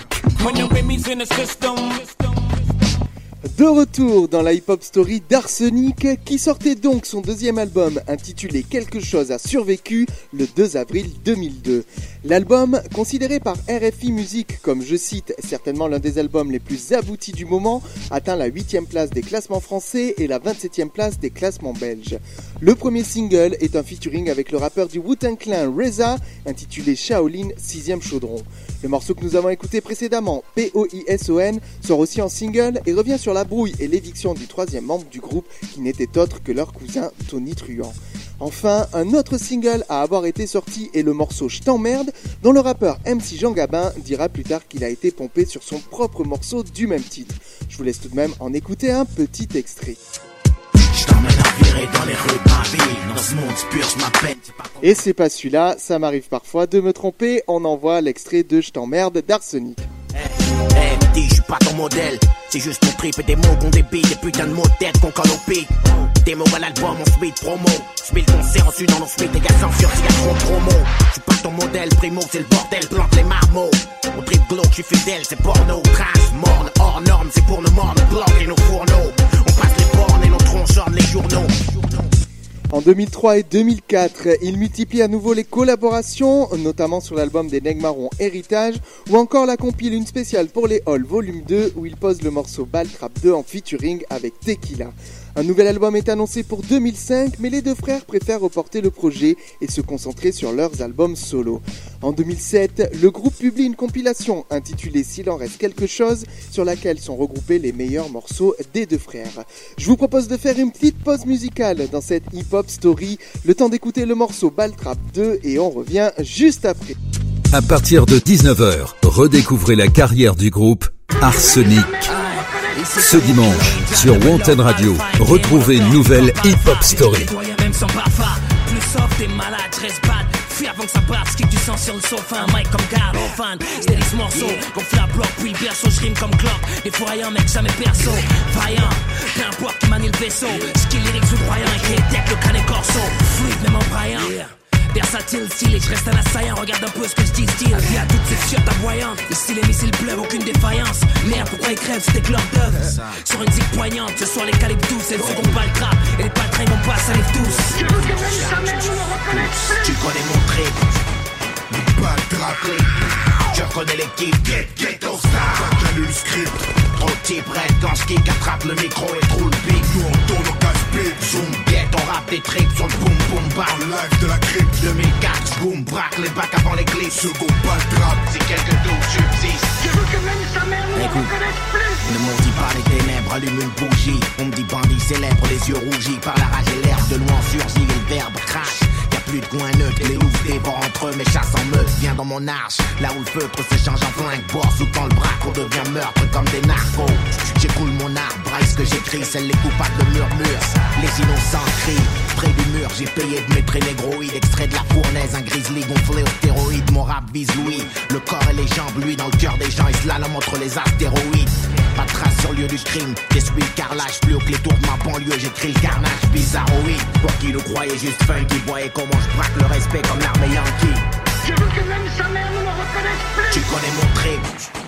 De retour dans la hip-hop story d'Arsenic, qui sortait donc son deuxième album intitulé Quelque chose a survécu le 2 avril 2002. L'album, considéré par RFI Musique comme, je cite, certainement l'un des albums les plus aboutis du moment, atteint la 8e place des classements français et la 27e place des classements belges. Le premier single est un featuring avec le rappeur du Wu-Tang Clan RZA, intitulé Shaolin 6e chaudron. Le morceau que nous avons écouté précédemment, POISON, sort aussi en single et revient sur la brouille et l'éviction du troisième membre du groupe qui n'était autre que leur cousin Tony Truant. Enfin, un autre single à avoir été sorti est le morceau Je t'emmerde, dont le rappeur MC Jean Gabin dira plus tard qu'il a été pompé sur son propre morceau du même titre. Je vous laisse tout de même en écouter un petit extrait. Dans les rues de ma ville, dans ce monde pur, je m'appelle. Et c'est pas celui-là, ça m'arrive parfois de me tromper, on envoie l'extrait de Je t'emmerde d'Arsenic. Dis, je suis pas ton modèle, c'est juste mon trip et des mots qu'on débite, des putains de mots de tête qu'on colle au pic. Des mots à l'album, on suite promo. Je le concert, ensuite dans nos suites, les gars censure, s'il y a trop de promo. Je suis pas ton modèle, primo, c'est le bordel, plante les marmots. On trip glauque, je suis fidèle, c'est porno. Trash, morne, hors norme, c'est pour nos mornes, bloquer nos fourneaux. On passe les bornes et nos tronches ornent les journaux. En 2003 et 2004, il multiplie à nouveau les collaborations, notamment sur l'album des Nègres Marrons Héritage, ou encore la compile Une spéciale pour les Halls Volume 2, où il pose le morceau Ball Trap 2 en featuring avec Tequila. Un nouvel album est annoncé pour 2005, mais les deux frères préfèrent reporter le projet et se concentrer sur leurs albums solo. En 2007, le groupe publie une compilation intitulée S'il en reste quelque chose, sur laquelle sont regroupés les meilleurs morceaux des deux frères. Je vous propose de faire une petite pause musicale dans cette hip-hop story, le temps d'écouter le morceau Ball Trap 2 et on revient juste après. À partir de 19h, redécouvrez la carrière du groupe Arsenic. Ce dimanche, sur Wanted Radio, retrouvez une nouvelle hip-hop story. Même sans parfum, plus soft et malade, je reste bad. Fuis avant que ça parte, ce qui du sang sur le sofa. Un mic comme Carl, fan, c'était ce morceau. Gonfle à bloc, puis le berceau, je rime comme Clock. Des fois rien, mec, jamais perso. Vaillant, peu importe qui manie le vaisseau. Skill lyrics foudroyant, avec les decks, le crâne et corso. Fluide, même en braillant. Versatile, stylé, je reste un assaillant, regarde un peu ce que je dis style. Avis à toutes ces fiottes aboyantes, le style et missile pleuve, aucune défaillance. Merde, pourquoi ils crèvent, c'était que leur d'œuvre. Sur une zig poignante, ce soir les calibres tous, et le second pas le trap, et les patrins vont pas, ça arrive tous. Je veux que ta mère me reconnaisse. Tu connais mon trip, pas le trap. Je connais l'équipe, ghetto star. J'annule le script. Trop de types raides quand je kick, attrape le micro et trou le beat. Nous on tourne au casse-pied. Zoom, get, on rappe des tricks sur le boom boom bam. En live de la crypte. 2004, boom, braque les bacs avant l'église. second pas de rap. Si quelques doutes subsistent, Je veux que même sa mère ne me reconnaisse plus. ne m'en dis pas les ténèbres, allume une bougie. On me dit bandit célèbre, les yeux rougis par la rage et l'herbe. De loin surgit et le verbe crache. Y'a plus de coin neutre, les oufs dévorent entre eux, mes chasses en meute. Viens dans mon arche, là où le feutre s'échange en flingue. Bord sous dans le braque, on devient meurtre comme des narcos. J'écoule mon arbre, braille ce que j'écris, celles les coupables murmurent. Les innocents crient, près du mur, j'ai payé de maître négroïde. Extrait de la fournaise, un grizzly gonflé aux stéroïdes. Mon rap vise Louis, le corps et les jambes, lui dans le cœur des gens, et slalom entre les astéroïdes. Pas de trace sur lieu du crime, j'essuie le carrelage, plus haut que les tours de ma banlieue, j'écris le carnage bizarroïde. Pour qui le croyait juste funky, voyait comment je braque le respect comme l'armée yankee. Je veux que même sa mère ne me reconnaisse plus. Tu connais mon trip,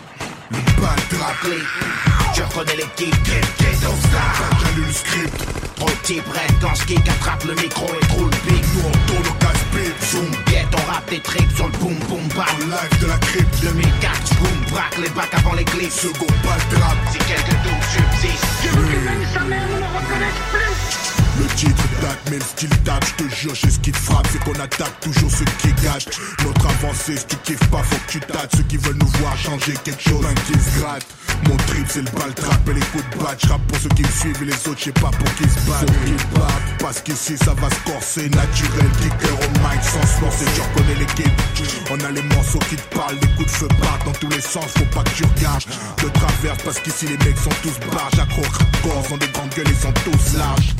Pas de rap. je reconnais l'équipe, Ghetto Star. J'allume le script. Trop de types raides quand je kick, attrape le micro et trou le pic. Nous on tourne au casse-pipe. Zoom, get, on rappe des tricks sur le boom boom bam. Live de la crypte. 2004, boom, braque les bacs avant les clips. Second pas de rap. Si quelques doutes subsistent, Je veux que même sa mère ne me reconnaisse plus. Le titre date, mais le style tape, je te jure, c'est ce qui te frappe, c'est qu'on attaque toujours ceux qui gâchent. Notre avancée, si tu kiffes pas, faut que tu tâtes. Ceux qui veulent nous voir changer quelque chose, un qui se gratte. Mon trip, c'est le bal trap et les coups de batte. J'rappe pour ceux qui me suivent et les autres, j'sais pas pour qui se battent. Ceux qui battent, parce qu'ici ça va se corser, naturel, kicker au mic sans se lancer. Tu reconnais l'équipe, on a les morceaux qui te parlent, les coups de feu partent dans tous les sens, faut pas que tu regardes. De traverse, parce qu'ici les mecs sont tous barges, accro corps, ont des grandes gueules, ils sont tous larges.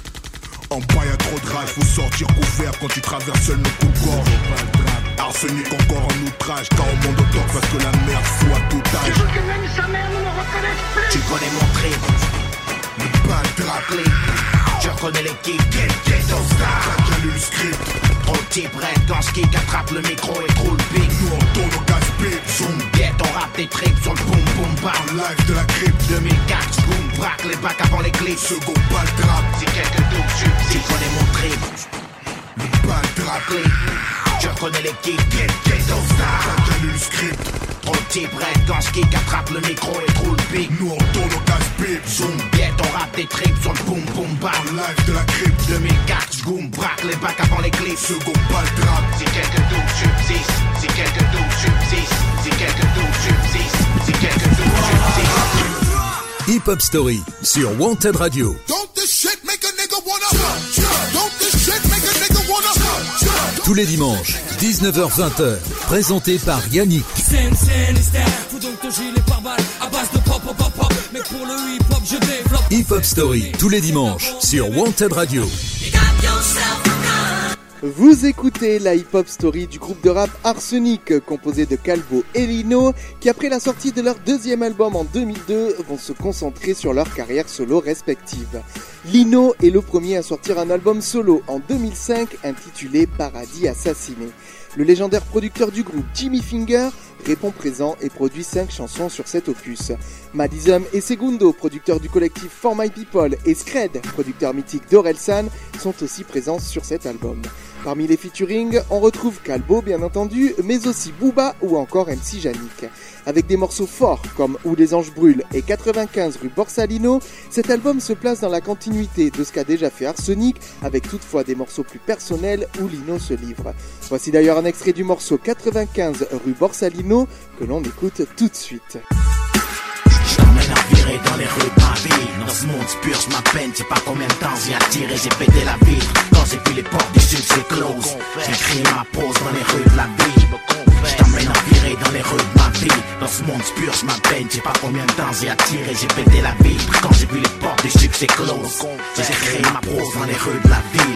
En bas y'a trop de rage, faut sortir couvert quand tu traverses seul nos coups de gorge. Arsenic encore en outrage, quand on monte au top parce que la merde fout à tout Je âge. veux que même sa mère ne me reconnaisse plus. tu connais mon trip, Pas de rap, je reconnais l'équipe, Ghetto Star. j'allume le script. Trop de types raides quand je kick, attrape le micro et trou le pic. Nous on tourne au casse-pipe. Zoom, get, on rappe des tricks sur le boom boom bam. Live de la crypte. 2004, boom, braque les bacs avant les clips. Second pas de rap, Si quelques doutes subsistent, tu connais mon trip, pas de rap, je reconnais l'équipe, Ghetto Star. j'allume le script. Trop de types raides quand je kick, attrape le micro et trou le pic. Nous on tourne au casse-pipe. Zoom, get, on rappe des tricks sur le boom boom bam. Live de la crypte. 2004, boom, braque les bacs avant les clips. Second pas de rap, Si quelques doutes subsistent, si quelques doutes subsistent, si quelques doutes subsistent, si quelques doutes subsistent. Hip Hop Story sur Wanted Radio. Don't this shit make a nigga wanna Don't this shit make a nigga wanna Tous les dimanches, 19h-20h, présenté par Yannick. Faut donc ton gilet pare-balles à base de pop, pop, pop, pop. Mais pour le hip-hop, je développe. Hip Hop Story, tous les dimanches, sur Wanted Radio. Vous écoutez la hip-hop story du groupe de rap Arsenic, composé de Calbo et Lino, qui après la sortie de leur deuxième album en 2002, vont se concentrer sur leur carrière solo respective. Lino est le premier à sortir un album solo en 2005 intitulé Paradis Assassiné. Le légendaire producteur du groupe, Jimmy Finger, répond présent et produit 5 chansons sur cet opus. Madism et Segundo, producteurs du collectif For My People, et Scred, producteur mythique d'Orelsan, sont aussi présents sur cet album. Parmi les featuring, on retrouve Calbo bien entendu, mais aussi Booba ou encore MC Yannick. Avec des morceaux forts comme Où les anges brûlent et 95 rue Borsalino, cet album se place dans la continuité de ce qu'a déjà fait Arsenic, avec toutefois des morceaux plus personnels où Lino se livre. Voici d'ailleurs un extrait du morceau 95 rue Borsalino que l'on écoute tout de suite. J'emmène à virer dans les rues de ma ville. Dans ce monde purge ma peine, sais pas combien de temps j'y a tiré, j'ai pété la vitre. Quand j'ai vu les portes du succès close, j'ai crié ma pause dans les rues de la ville. J'emmène à virer dans les rues de ma ville. Dans ce monde purge ma peine, sais pas combien de temps j'ai attiré, j'ai pété la vitre. Quand j'ai vu les portes du succès close, j'ai créé ma pause dans les rues de la ville.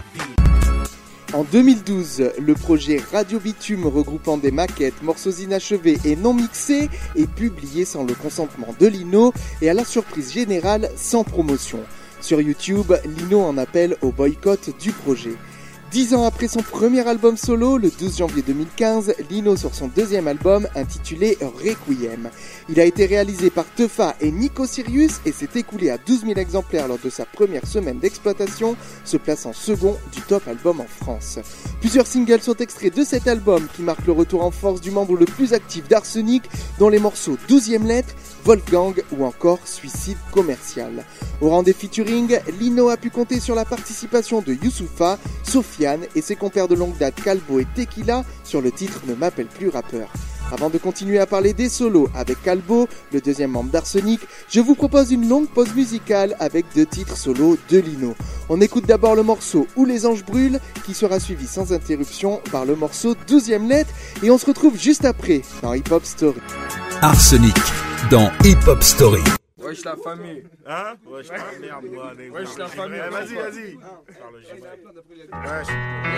En 2012, le projet Radio Bitume regroupant des maquettes, morceaux inachevés et non mixés est publié sans le consentement de Lino et à la surprise générale sans promotion. Sur YouTube, Lino en appelle au boycott du projet. 10 ans après son premier album solo, le 12 janvier 2015, Lino sort son deuxième album intitulé Requiem. Il a été réalisé par Teufa et Nico Sirius et s'est écoulé à 12 000 exemplaires lors de sa première semaine d'exploitation, se plaçant second du top album en France. Plusieurs singles sont extraits de cet album qui marque le retour en force du membre le plus actif d'Arsenic, dont les morceaux 12e lettre, Wolfgang ou encore Suicide commercial. Au rang des featuring, Lino a pu compter sur la participation de Youssoupha, Sophia Yann et ses compères de longue date Calbo et Tequila sur le titre Ne m'appelle plus rappeur. Avant de continuer à parler des solos avec Calbo, le deuxième membre d'Arsenic, je vous propose une longue pause musicale avec 2 titres solos de Lino. On écoute d'abord le morceau Où les anges brûlent, qui sera suivi sans interruption par le morceau 12e lettre, et on se retrouve juste après dans Hip Hop Story. Arsenic dans Hip Hop Story. Wesh la famille. Hein? Wesh la merde, moi. Wesh la famille. Vas-y. Wesh.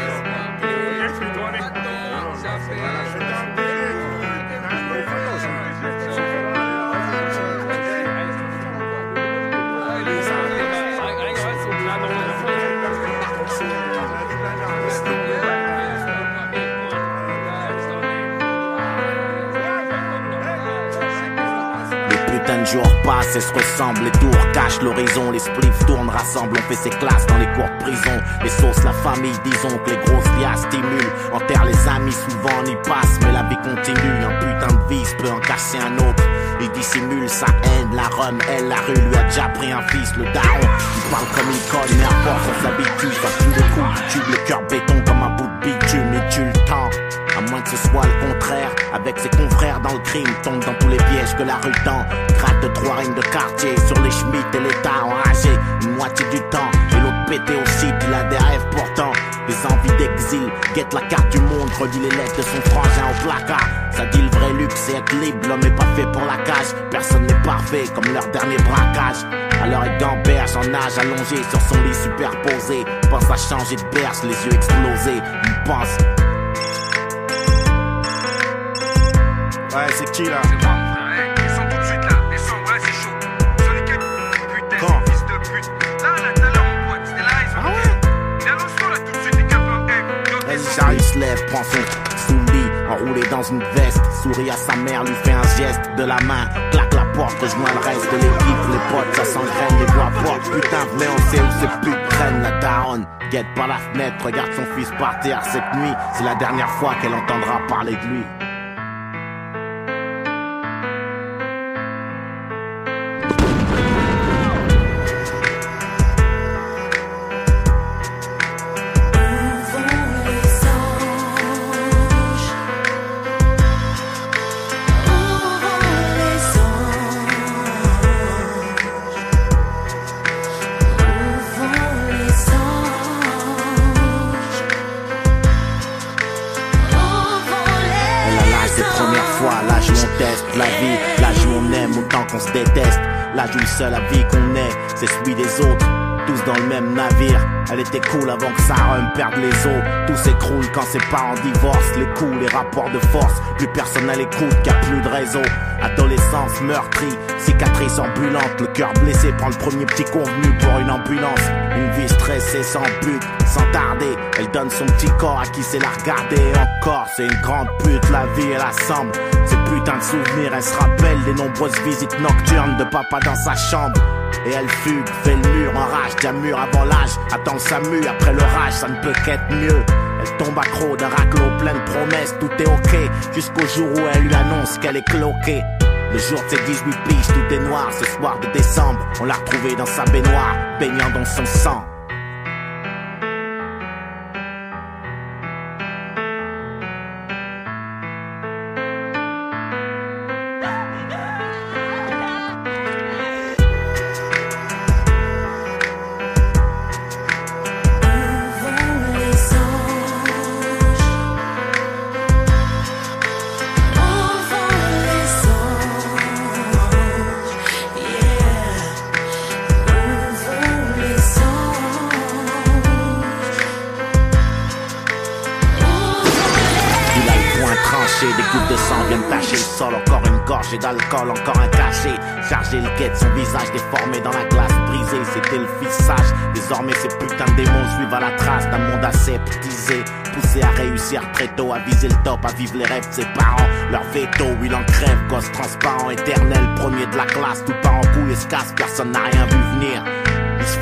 Putain de jours passent et se ressemblent, les tours cachent l'horizon, les spliffs tournent, rassemblent, on fait ses classes dans les cours de prison. Les sauces, la famille, disons que les grosses liasses stimulent, enterrent les amis, souvent on y passe, mais la vie continue. Un putain de vice peut en casser un autre, il dissimule sa haine, la rhum, elle, la rue lui a déjà pris un fils, le daron. Il parle comme il colle, mais à force on s'habitue, ça fout des coups, tu tube le cœur béton comme un bout de bitume, et tu le temps. À moins que ce soit le contraire, avec ses confrères dans le crime, tombe dans tous les pièges que la rue tend. Gratte de 3 règnes de quartier sur les Schmitt et l'État enragé une moitié du temps. Et l'autre pété aussi, il a des rêves pourtant, des envies d'exil. Guette la carte du monde, relit les lettres de son frangin au placard. Ça dit le vrai luxe et être libre, l'homme est pas fait pour la cage. Personne n'est parfait comme leur dernier braquage. Alors il gamberge en nage allongé sur son lit superposé. Pense à changer de berge, les yeux explosés. Il pense. Ouais, c'est qui là? C'est moi, frère, descends tout de suite là, descends, ouais, c'est chaud. Sur les quêtes, putain, fils de pute. Là, tout à l'heure, mon pote, c'était là, ils ont fait. Viens dans ce là, tout de suite, les capins, Vas-y, il se lève, prend son sous le lit, enroulé dans une veste, sourit à sa mère, lui fait un geste de la main, claque la porte, rejoint le reste de l'équipe, les potes, ça s'engraine, les voix portent, putain, venez, on sait où ces putes traînent, la daronne. Guette par la fenêtre, regarde son fils par terre cette nuit, c'est la dernière fois qu'elle entendra parler de lui. Qu'on se déteste, l'âge où le seul à vie qu'on est, c'est celui des autres, tous dans le même navire. Elle était cool avant que sa rhum perde les os. Tout s'écroule quand ses parents divorcent. Les coups, les rapports de force, plus personne à l'écoute, qu'il n'y a plus de réseau. Adolescence meurtrie, cicatrice ambulante. Le cœur blessé prend le premier petit convenu pour une ambulance. Une vie stressée sans but, sans tarder. Elle donne son petit corps à qui sait la regarder. Et encore, c'est une grande pute, la vie elle assemble. Ces putains de souvenirs, elle se rappelle des nombreuses visites nocturnes de papa dans sa chambre. Et elle fugue, fait le mur, enrage, tient mur avant l'âge. Attend le SAMU, après l'orage, ça ne peut qu'être mieux. Elle tombe accro d'un raclot plein de promesses, tout est ok. Jusqu'au jour où elle lui annonce qu'elle est cloquée. Le jour de ses 18 piges, tout est noir. Ce soir de décembre, on l'a retrouvée dans sa baignoire, baignant dans son sang. Gorgé d'alcool, encore un cachet. Chargé le guet, son visage déformé dans la glace brisée. C'était le fils sage. Désormais ces putains de démons suivent à la trace d'un monde aseptisé. Poussé à réussir très tôt, à viser le top, à vivre les rêves de ses parents. Leur veto, il en crève, gosse transparent, éternel, premier de la classe. Tout part en couille et se casse, personne n'a rien vu venir. Il se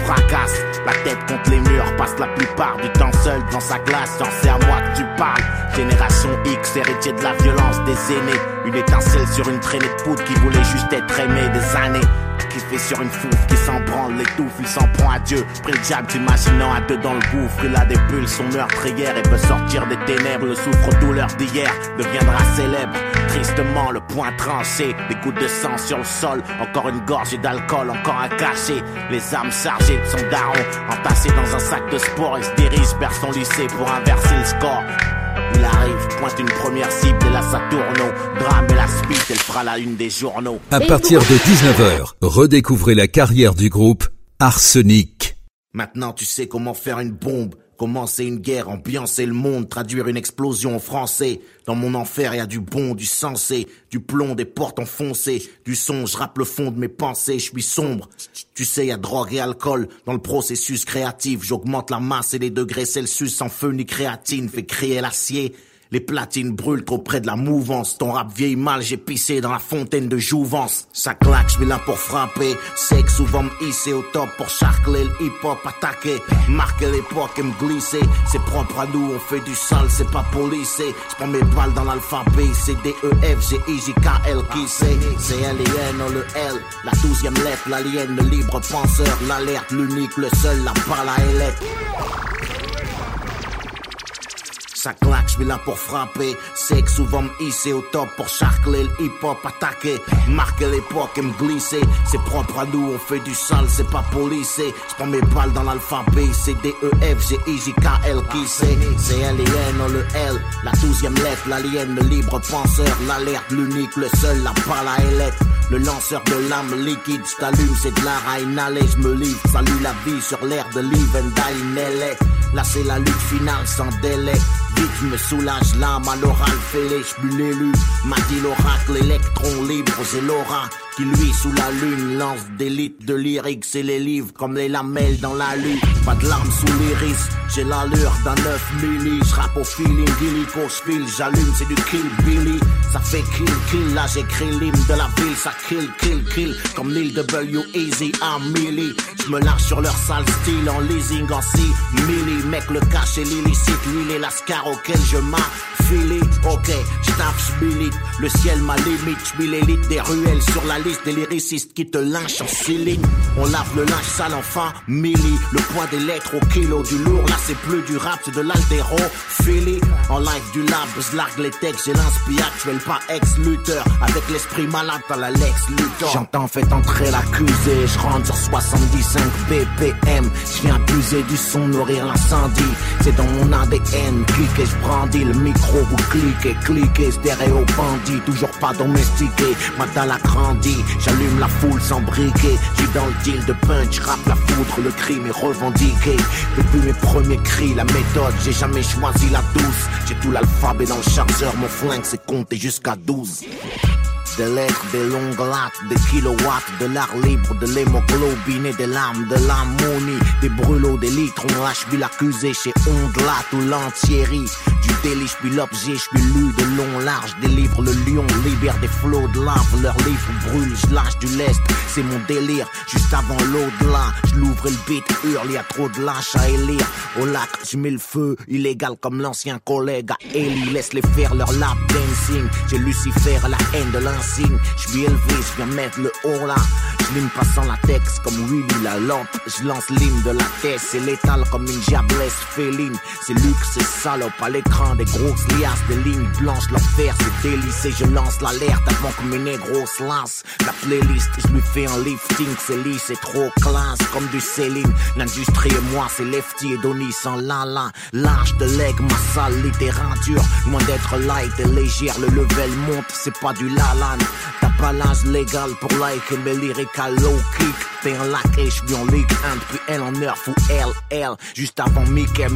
fracasse. La tête contre les murs, passe la plupart du temps seul devant sa glace. Genre c'est à moi que tu parles. Génération X, héritier de la violence des aînés. Une étincelle sur une traînée de poudre qui voulait juste être aimé des années. Qui fait sur une fouffe, qui s'en branle, l'étouffe, il s'en prend à Dieu. Pris le diable, t'imaginant à deux dans le gouffre. Il a des bulles, son meurtrière, et peut sortir des ténèbres. Le souffre-douleur d'hier deviendra célèbre. Tristement, le poing tranché, des gouttes de sang sur le sol. Encore une gorgée d'alcool, encore un cachet. Les armes chargées de son daron, entassées dans un sac de sport. Il se dirige vers son lycée pour inverser le score. Il arrive, pointe une première cible et là ça tourne au drame et la suite, elle fera la une des journaux. À partir de 19h, redécouvrez la carrière du groupe Arsenic. Maintenant tu sais comment faire une bombe, commencer une guerre, ambiancer le monde, traduire une explosion en français. Dans mon enfer y a du bon, du sensé, du plomb, des portes enfoncées, du son, je rappe le fond de mes pensées, je suis sombre. Tu sais y a drogue et alcool dans le processus créatif, j'augmente la masse et les degrés Celsius sans feu ni créatine, fait crier l'acier. Les platines brûlent trop près de la mouvance. Ton rap vieillit mal, j'ai pissé dans la fontaine de jouvence. Ça claque, j'suis là pour frapper. Sexe souvent me hisser au top pour charcler le hip-hop attaquer. Marquer l'époque et me glisser. C'est propre à nous, on fait du sale, c'est pas policé. J'prends mes balles dans l'alphabet. C'est D-E-F, G-I-J-K-L qui c'est. C'est L-I-N, le L. La 12e lettre, l'alien, le libre penseur. L'alerte, l'unique, le seul, la balle à ailette. Ça claque, j'suis là pour frapper. Sexe souvent me hisser au top pour charcler le hip-hop attaquer. Marquer l'époque et me glisser. C'est propre à nous, on fait du sale, c'est pas policé. J'prends mes balles dans l'alphabet. C'est D-E-F, G-I-J-K-L qui c'est. C'est L-I-N, le L. La 12e lettre, l'alien, le libre penseur. L'alerte, l'unique, le seul, la balle à ailette. Le lanceur de l'âme liquide, j't'allume, c'est de la rainale, j'me livre, salue la vie sur l'air de Live and Die in LA. Là c'est la lutte finale sans délai. Vite j'me soulage l'âme à l'oral fêlé, j'bulle l'élu. M'a dit l'oracle, l'électron libre, j'ai l'aura qui lui sous la lune lance des litres de lyrics et les livres comme les lamelles dans la lune. Pas de larmes sous l'iris, j'ai l'allure d'un 9 milli. J'rappe au feeling, illico, j'file, j'allume, c'est du kill Billy. Ça fait kill, kill, là j'écris l'hymne de la ville. Ça kill, kill, kill, comme l'île de W-Easy à Millie. J'me lâche sur leur sale style en leasing en 6 milli. Mec, le cash et l'illicite, l'huile et l'ascar auquel je m'affile. Ok, j'tape, j'milite, le ciel ma limite. J'mets l'élite des ruelles sur la liste des lyricistes qui te lynchent en ceiling. On lave le linge sale en famille. Le poids des lettres au kilo du lourd. Là c'est plus du rap, c'est de l'altéro. Philly, en live du lab, j'largue les textes, j'ai l'inspire actuel, pas ex-lutteur. Avec l'esprit malade dans la Lex Luthor. J'entends fait entrer l'accusé, j'rentre sur 75 BPM. J'viens abuser du son, nourrir l'incendie. C'est dans mon ADN, cliquez, j'brandis le micro, vous cliquez, stéréo bandit, toujours pas domestiqué. Ma dalle a grandi, j'allume la foule sans briquet. J'suis dans le deal de punch, rap la foudre, le crime est revendiqué. Depuis mes premiers cris, la méthode, j'ai jamais choisi la douce. J'ai tout l'alphabet dans le chargeur, mon flingue c'est compter jusqu'à 12. Des lettres, des longues lattes, des kilowatts, de l'art libre, de l'hémoglobine et des larmes, de l'ammonie, des brûlots, des litres, on lâche puis l'accusé chez Ondelat ou l'Antierry. Du délit, j'suis l'objet, j'suis lu de long large, délivre le lion, libère des flots de lave, leur livre brûle, j'lâche du lest, c'est mon délire, juste avant l'au-delà, j'louvre le beat, hurle, y'a trop de lâches à élire, au lac, j'mets le feu, illégal comme l'ancien collègue à Ellie, laisse les faire leur lap dancing, j'ai Lucifer à la haine de l'insigne, j'suis élevé, j'viens mettre le haut là, j'lime pas sans latex comme Willy la lampe, j'lance l'hymne de la tête, c'est létal comme une diablesse féline, c'est luxe, c'est salope à l'écran. Des grosses liasses, des lignes blanches, l'enfer c'est délicé, je lance l'alerte avant que mes négros se lancent. La playlist, je lui fais un lifting, c'est lisse, c'est trop classe, comme du Céline. L'industrie et moi, c'est Lefty et Donny sans la. Lâche de leg, ma sale littérature, loin d'être light et légère, le level monte, c'est pas du lalan. T'as pas l'âge légal pour liker mes lyriques à low kick. T'es un lac et j'suis en Ligue 1 depuis L en nerf ou LL, juste avant Mickey,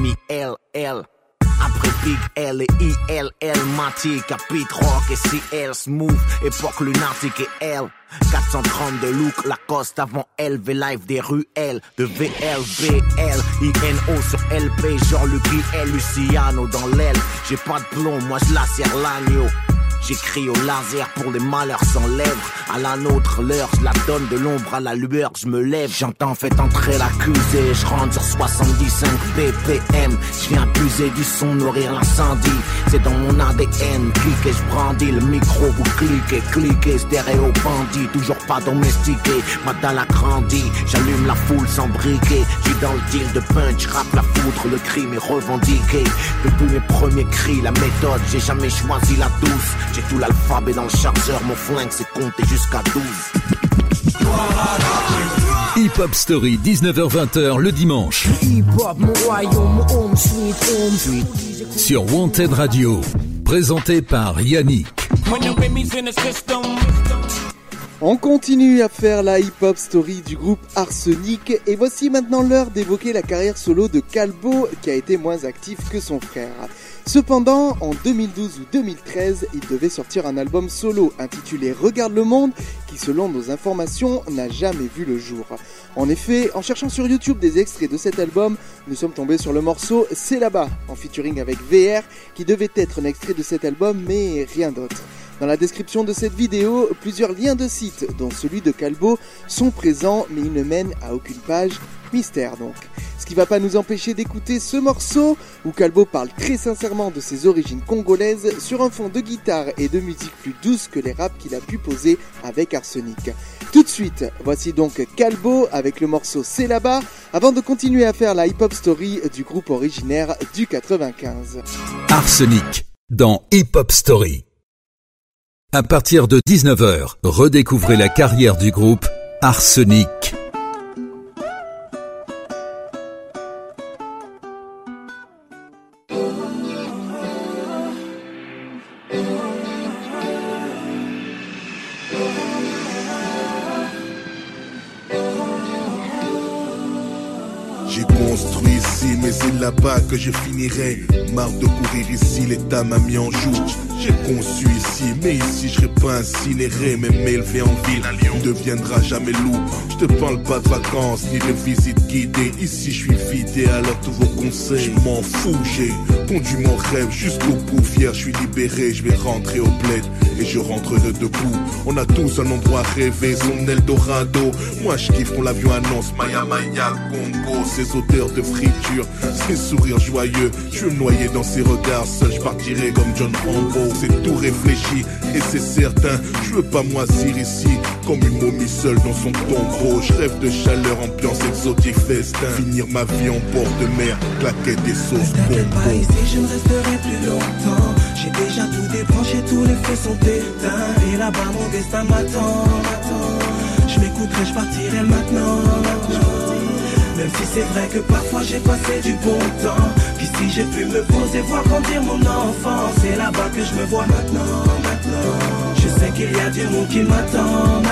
LL. Après Big L et ILL, Matic, Capit Rock et CL, Smooth, époque lunatique et L. 430 de look, Lacoste avant LV Live des ruelles, de VLBL, INO sur LP, genre Lucky L, Luciano dans l'aile. J'ai pas de plomb, moi je la serre l'agneau. J'écris au laser pour les malheurs sans lèvres. À la nôtre, l'heure, je la donne de l'ombre à la lueur. Je me lève, j'entends fait entrer l'accusé. Je rentre sur 75 BPM. Je viens puiser du son, nourrir l'incendie. C'est dans mon ADN. Cliquez, je brandis le micro, vous cliquez, stéréo bandit. Toujours pas domestiqué, ma dalle a grandi. J'allume la foule sans briquet. J'suis dans le deal de punch, rap la foudre, le crime est revendiqué. Depuis mes premiers cris, la méthode, j'ai jamais choisi la douce. J'ai tout l'alphabet dans le chargeur, mon flingue c'est compter jusqu'à 12. Hip Hop Story, 19h-20h le dimanche. Sur Wanted Radio, présenté par Yannick. On continue à faire la hip-hop story du groupe Arsenic et voici maintenant l'heure d'évoquer la carrière solo de Calbo qui a été moins actif que son frère. Cependant, en 2012 ou 2013, il devait sortir un album solo intitulé Regarde le monde qui, selon nos informations, n'a jamais vu le jour. En effet, en cherchant sur YouTube des extraits de cet album, nous sommes tombés sur le morceau C'est là-bas, en featuring avec VR, qui devait être un extrait de cet album, mais rien d'autre. Dans la description de cette vidéo, plusieurs liens de sites, dont celui de Calbo, sont présents, mais ils ne mènent à aucune page. Mystère donc. Ce qui va pas nous empêcher d'écouter ce morceau, où Calbo parle très sincèrement de ses origines congolaises, sur un fond de guitare et de musique plus douce que les raps qu'il a pu poser avec Arsenic. Tout de suite, voici donc Calbo avec le morceau C'est là-bas, avant de continuer à faire la hip-hop story du groupe originaire du 95. Arsenic, dans Hip Hop Story. À partir de 19h, redécouvrez la carrière du groupe Arsenic. J'ai construit ici, mais c'est là-bas que je finirai. Marre de courir ici, l'État m'a mis en joue. J'ai conçu ici, mais ici je serai pas incinéré. Même élevé en ville, ne deviendra jamais loup. Je te parle pas de vacances, ni de visites guidées. Ici je suis vidé, alors tous vos conseils, je m'en fous. J'ai conduit mon rêve jusqu'au bout. Fier, je suis libéré, je vais rentrer au bled. Et je rentrerai debout. On a tous un endroit rêvé, son Eldorado. Moi je kiffe quand l'avion annonce Maya Maya Congo. Ces odeurs de friture, ces sourires joyeux. Je veux me noyer dans ses regards, seul je partirai comme John Rambo. C'est tout réfléchi et c'est certain. Je veux pas moisir ici comme une momie seule dans son tombeau. Je rêve de chaleur, ambiance exotique, festin. Finir ma vie en bord de mer, claquette des sauces bonbons. Pas ici, je ne resterai plus longtemps. J'ai déjà tout débranché, tous les feux sont éteints. Et là-bas mon destin m'attend. Je m'écouterai, je partirai maintenant. Même si c'est vrai que parfois j'ai passé du bon temps. Qu'ici j'ai pu me poser, voir grandir mon enfant. C'est là-bas que je me vois maintenant. Je sais qu'il y a du monde qui m'attend.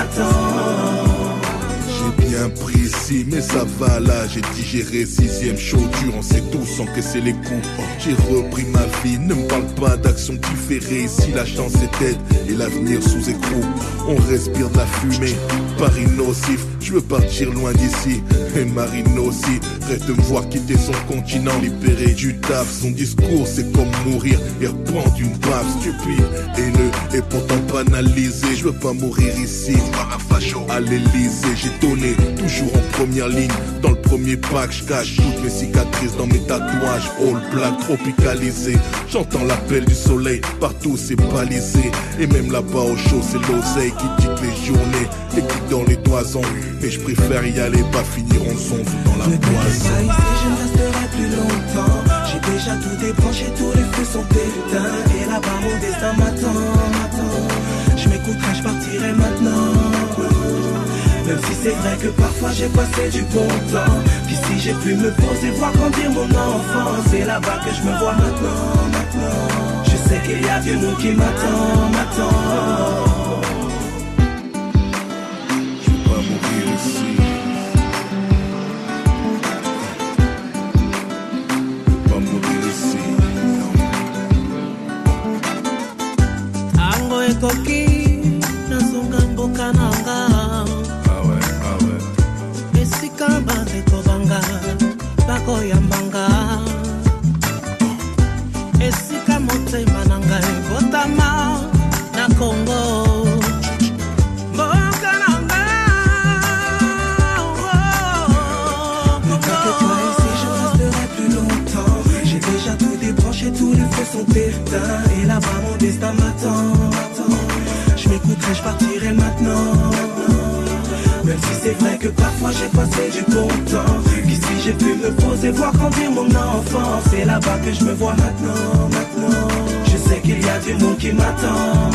J'ai bien pris ici, mais ça va là. J'ai digéré 6ème chaud dur, on sait tous encaisser les coups. J'ai repris ma vie, ne me parle pas d'action différée. Ici la chance est tête et l'avenir sous écrou. On respire de la fumée, Paris nocif. Je veux partir loin d'ici, et Marine aussi. Rêve de me voir quitter son continent, libéré du taf. Son discours c'est comme mourir et reprendre une baffe. Stupide, haineux et pourtant banalisé. Je veux pas mourir ici, à l'Elysée. J'ai donné, toujours en première ligne. Dans le premier pack, je cache toutes mes cicatrices dans mes tatouages. All black, tropicalisé. J'entends l'appel du soleil, partout c'est balisé. Et même là-bas au chaud, c'est l'oseille qui dicte les journées et qui dans les toisons. Et je préfère y aller, pas finir en son dans la poison. Pas ici, je ne resterai plus longtemps. J'ai déjà tout débranché, tous les feux sont éteints. Et là-bas mon destin m'attend. Je m'écouterai, je partirai maintenant. Même si c'est vrai que parfois j'ai passé du bon temps. Qu'ici j'ai pu me poser, voir grandir mon enfant. C'est là-bas que je me vois maintenant. Je sais qu'il y a du monde qui m'attend. Je veux pas mourir ici. Je veux pas mourir ici. Ango ekoki nazonga mboka nanga. Esika bandeko banga bakoyambanga. Esika motema nanga ebotama. feux sont éteints et là-bas mon destin m'attend. Je m'écouterai, je partirai maintenant. Même si c'est vrai que parfois j'ai passé du bon temps, qu'ici j'ai pu me poser, voir grandir mon enfant. C'est là-bas que je me vois maintenant. Je sais qu'il y a du monde qui m'attend.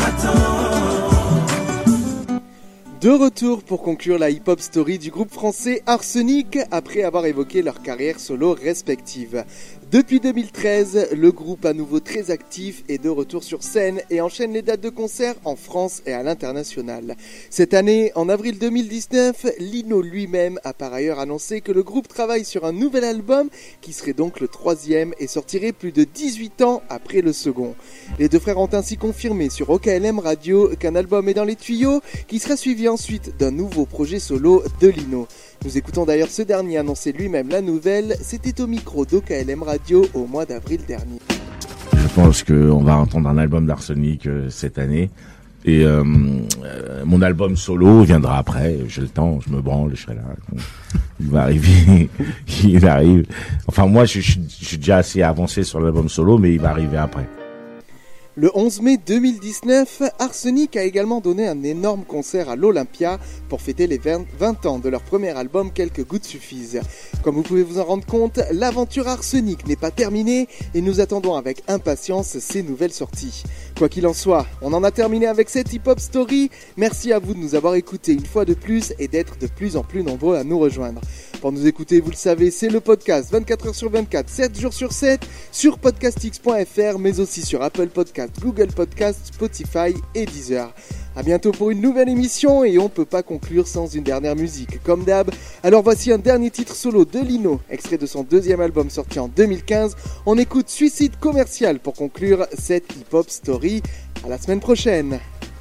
De retour pour conclure la hip-hop story du groupe français Arsenic après avoir évoqué leur carrière solo respective. Depuis 2013, le groupe à nouveau très actif est de retour sur scène et enchaîne les dates de concert en France et à l'international. Cette année, en avril 2019, Lino lui-même a par ailleurs annoncé que le groupe travaille sur un nouvel album qui serait donc le 3e et sortirait plus de 18 ans après le second. Les deux frères ont ainsi confirmé sur OKLM Radio qu'un album est dans les tuyaux qui sera suivi ensuite d'un nouveau projet solo de Lino. Nous écoutons d'ailleurs ce dernier annoncer lui-même la nouvelle, c'était au micro d'OKLM Radio au mois d'avril dernier. Je pense qu'on va entendre un album d'Arsenic cette année. Et mon album solo viendra après, j'ai le temps, je me branle, je serai là. Il va arriver, il arrive. Enfin moi je suis déjà assez avancé sur l'album solo, mais il va arriver après. Le 11 mai 2019, Arsenic a également donné un énorme concert à l'Olympia pour fêter les 20 ans de leur premier album Quelques gouttes suffisent. Comme vous pouvez vous en rendre compte, l'aventure Arsenic n'est pas terminée et nous attendons avec impatience ces nouvelles sorties. Quoi qu'il en soit, on en a terminé avec cette hip-hop story. Merci à vous de nous avoir écoutés une fois de plus et d'être de plus en plus nombreux à nous rejoindre. Pour nous écouter, vous le savez, c'est le podcast 24h sur 24, 7 jours sur 7 sur podcastx.fr mais aussi sur Apple Podcast, Google Podcast, Spotify et Deezer. A bientôt pour une nouvelle émission et on peut pas conclure sans une dernière musique, comme d'hab. Alors voici un dernier titre solo de Lino, extrait de son deuxième album sorti en 2015. On écoute Suicide Commercial pour conclure cette hip-hop story. À la semaine prochaine.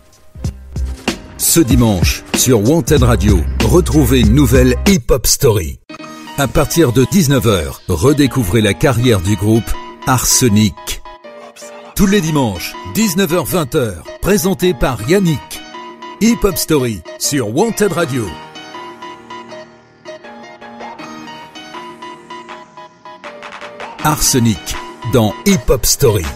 Ce dimanche, sur Wanted Radio, retrouvez une nouvelle hip-hop story. À partir de 19h, redécouvrez la carrière du groupe Arsenic. Tous les dimanches, 19h-20h, présenté par Yannick. Hip Hop Story sur Wanted Radio. Arsenic dans Hip Hop Story.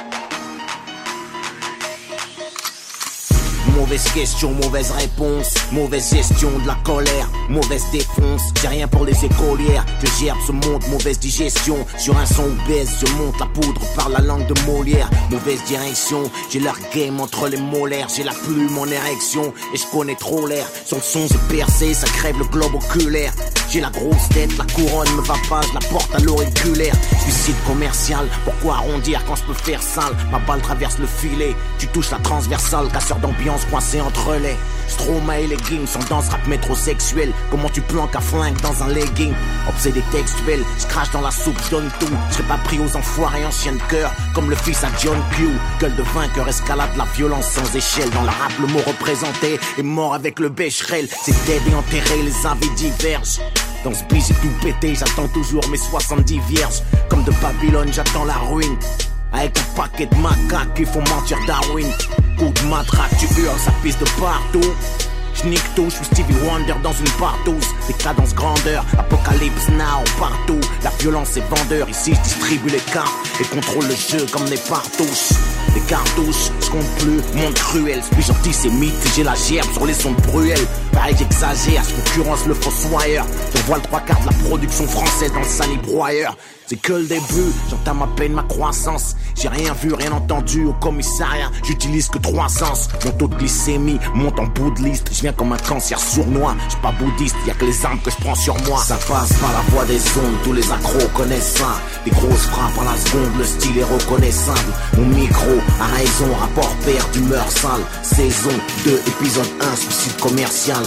Mauvaise question, mauvaise réponse, mauvaise gestion de la colère, mauvaise défonce, j'ai rien pour les écolières, je gerbe ce monde, mauvaise digestion, sur un son obèse, je monte la poudre par la langue de Molière, mauvaise direction, j'ai leur game entre les molaires, j'ai la plume en érection, et je connais trop l'air, sur le son j'ai percé, ça crève le globe oculaire, j'ai la grosse tête, la couronne me va pas, je la porte à l'auriculaire, suicide commercial, pourquoi arrondir quand je peux faire sale, ma balle traverse le filet, tu touches la transversale, casseur d'ambiance, coincé entre les Stroma et leggings sont dans ce rap métrosexuel. Comment tu planques un flingue dans un legging? Obsédé textuel, je crache dans la soupe, je donne tout. Je serai pas pris aux enfoirés anciens de cœur, comme le fils à John Q. Gueule de vainqueur, escalade la violence sans échelle. Dans la rap, le mot représenté est mort avec le bécherel. C'est dead et enterré, les avis divergent. Dans ce bis, j'ai tout pété, j'attends toujours mes 70 vierges. Comme de Babylone, j'attends la ruine. Avec un paquet de macaques qui font mentir Darwin. Coup de matraque, tu hurles, ça pisse de partout. J'nique tout, j'suis Stevie Wonder dans une partouze. Décadence grandeur, apocalypse now, partout. La violence est vendeur, ici j'distribue les cartes et contrôle le jeu comme des partouches. Les cartouches, j'compte plus, monde cruel. J'suis antisémite, j'ai la gerbe sur les sons de Bruel. Pareil j'exagère, j'concurrence le fossoyeur. Je vois le 3/4 de la production française dans le salibroyeur. C'est que le début, j'entame à peine ma croissance. J'ai rien vu, rien entendu au commissariat. J'utilise que 3 sens. Mon taux de glycémie monte en bout de liste. Je viens comme un cancer sournois. J'suis pas bouddhiste, y'a que les armes que je prends sur moi. Ça passe par la voie des ondes, tous les accros connaissent ça. Des grosses frappes à la seconde, le style est reconnaissable. Mon micro a raison, rapport père d'humeur sale. Saison 2, épisode 1, suicide commercial.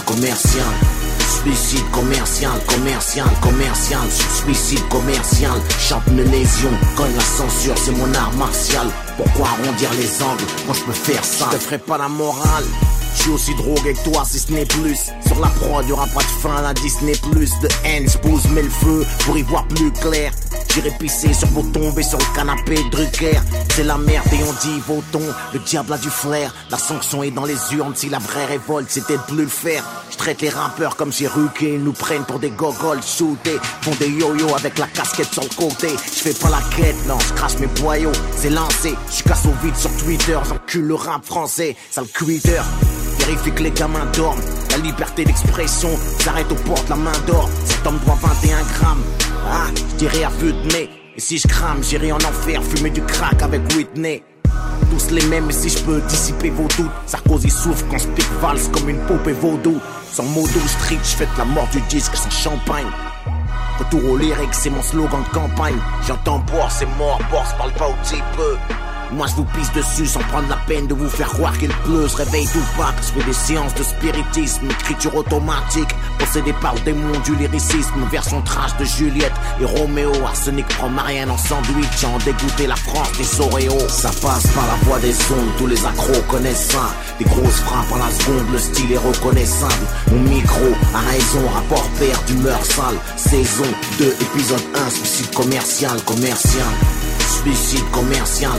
Suicide commercial, suicide commercial, chante une lésion, cogne la censure, c'est mon art martial. Pourquoi arrondir les angles quand je peux faire ça? Je te ferai pas la morale. Je suis aussi drogué que toi si ce n'est plus. Sur la prod y'aura pas de fin à la Disney+. De haine j'pose mais le feu pour y voir plus clair. J'irai pisser sur vos tombes et sur le canapé de Drucker. C'est la merde et on dit votons. Le diable a du flair. La sanction est dans les urnes. Si la vraie révolte c'était de plus le faire. Je traite les rappeurs comme j'ai ruqué. Ils nous prennent pour des gogoles shootés. Font des yo-yo avec la casquette sur le côté. Je fais pas la quête, non, je crache mes boyaux. C'est lancé, je casse au vide sur Twitter. J'encule le rap français, sale quitter. Vérifie que les gamins dorment. La liberté d'expression, j'arrête aux portes la main d'or. Cet homme doit 21 grammes. Ah, je dirais à vue de nez. Et si je crame, j'irai en enfer, fumer du crack avec Whitney. Tous les mêmes, et si je peux dissiper vos doutes. Sarkozy souffre quand je pique valse comme une poupée vaudou. Sans modo street, je fête la mort du disque sans champagne. Retour au lyrique, c'est mon slogan de campagne. J'entends boire, c'est mort, boire, parle pas au petit peu. Moi je vous pisse dessus sans prendre la peine de vous faire croire qu'il pleut. Je réveille tout pas, je fais des séances de spiritisme, écriture automatique, possédé par le démon du lyricisme. Version trash de Juliette et Roméo. Arsenic prend Marianne en sandwich, en dégoûté la France des Oreos. Ça passe par la voie des ondes, tous les accros connaissent ça. Des grosses frappes à la seconde, le style est reconnaissable. Mon micro a raison, rapport père d'humeur sale. Saison 2, épisode 1, suicide commercial. Suicide commercial,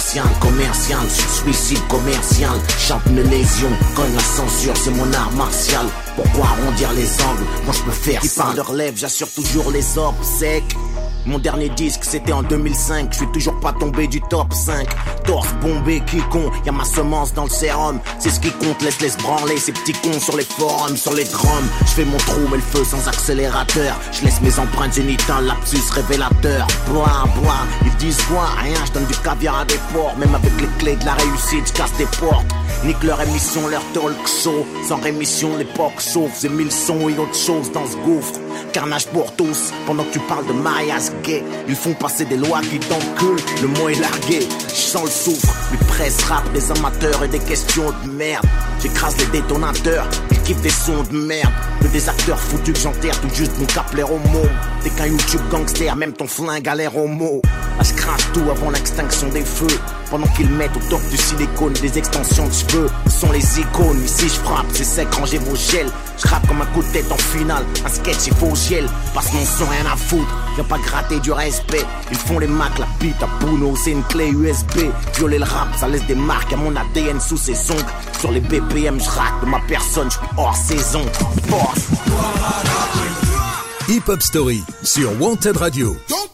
suicide commercial. Chante une lésion, cogne la censure, c'est mon art martial. Pourquoi arrondir les angles, moi je peux faire ça. Qui parle de relève, j'assure toujours les orbes secs. Mon dernier disque c'était en 2005, je suis toujours pas tombé du top 5. Torse bombé, qui con, y'a ma semence dans le sérum. C'est ce qui compte, laisse branler ces petits cons sur les forums, sur les drums. Je fais mon trou, mais le feu sans accélérateur. Je laisse mes empreintes génitales, lapsus révélateur. Bois, ils disent quoi? Rien, je donne du caviar à des porcs. Même avec les clés de la réussite, je casse des portes. Nique leur émission, leur talk show. Sans rémission, l'époque chauffe. J'ai 1000 sons et autre chose dans ce gouffre. Carnage pour tous, pendant que tu parles de mariage gay. Ils font passer des lois qui t'enculent, le mot est largué. Je sens le souffle, les presse rap, des amateurs et des questions de merde. J'écrase les détonateurs, ils kiffent des sons de merde. Que des acteurs foutus que j'enterre, tout juste mon cap l'air au mot. T'es qu'un YouTube gangster, même ton flingue a l'air homo. Là je crache tout avant l'extinction des feux. Pendant qu'ils mettent au top du silicone des extensions de cheveux. Ce sont les icônes, ici je frappe, c'est sec, rangez vos gels. Je rappe comme un coup de tête en finale, un sketch il faut gel. Passe mon son, rien à foutre, viens pas gratter du respect. Ils font les macs, la bite à Bruno, c'est une clé USB. Violer le rap, ça laisse des marques à mon ADN sous ses ongles. Sur les BPM, je rack de ma personne, je suis hors saison. Force. Hip Hop Story sur Wanted Radio.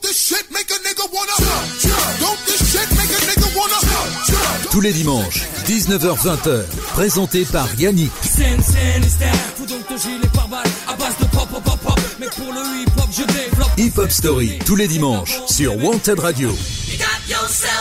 Tous les dimanches, 19h-20h, présenté par Yannick. Hip Hop Story, tous les dimanches, sur Wanted Radio.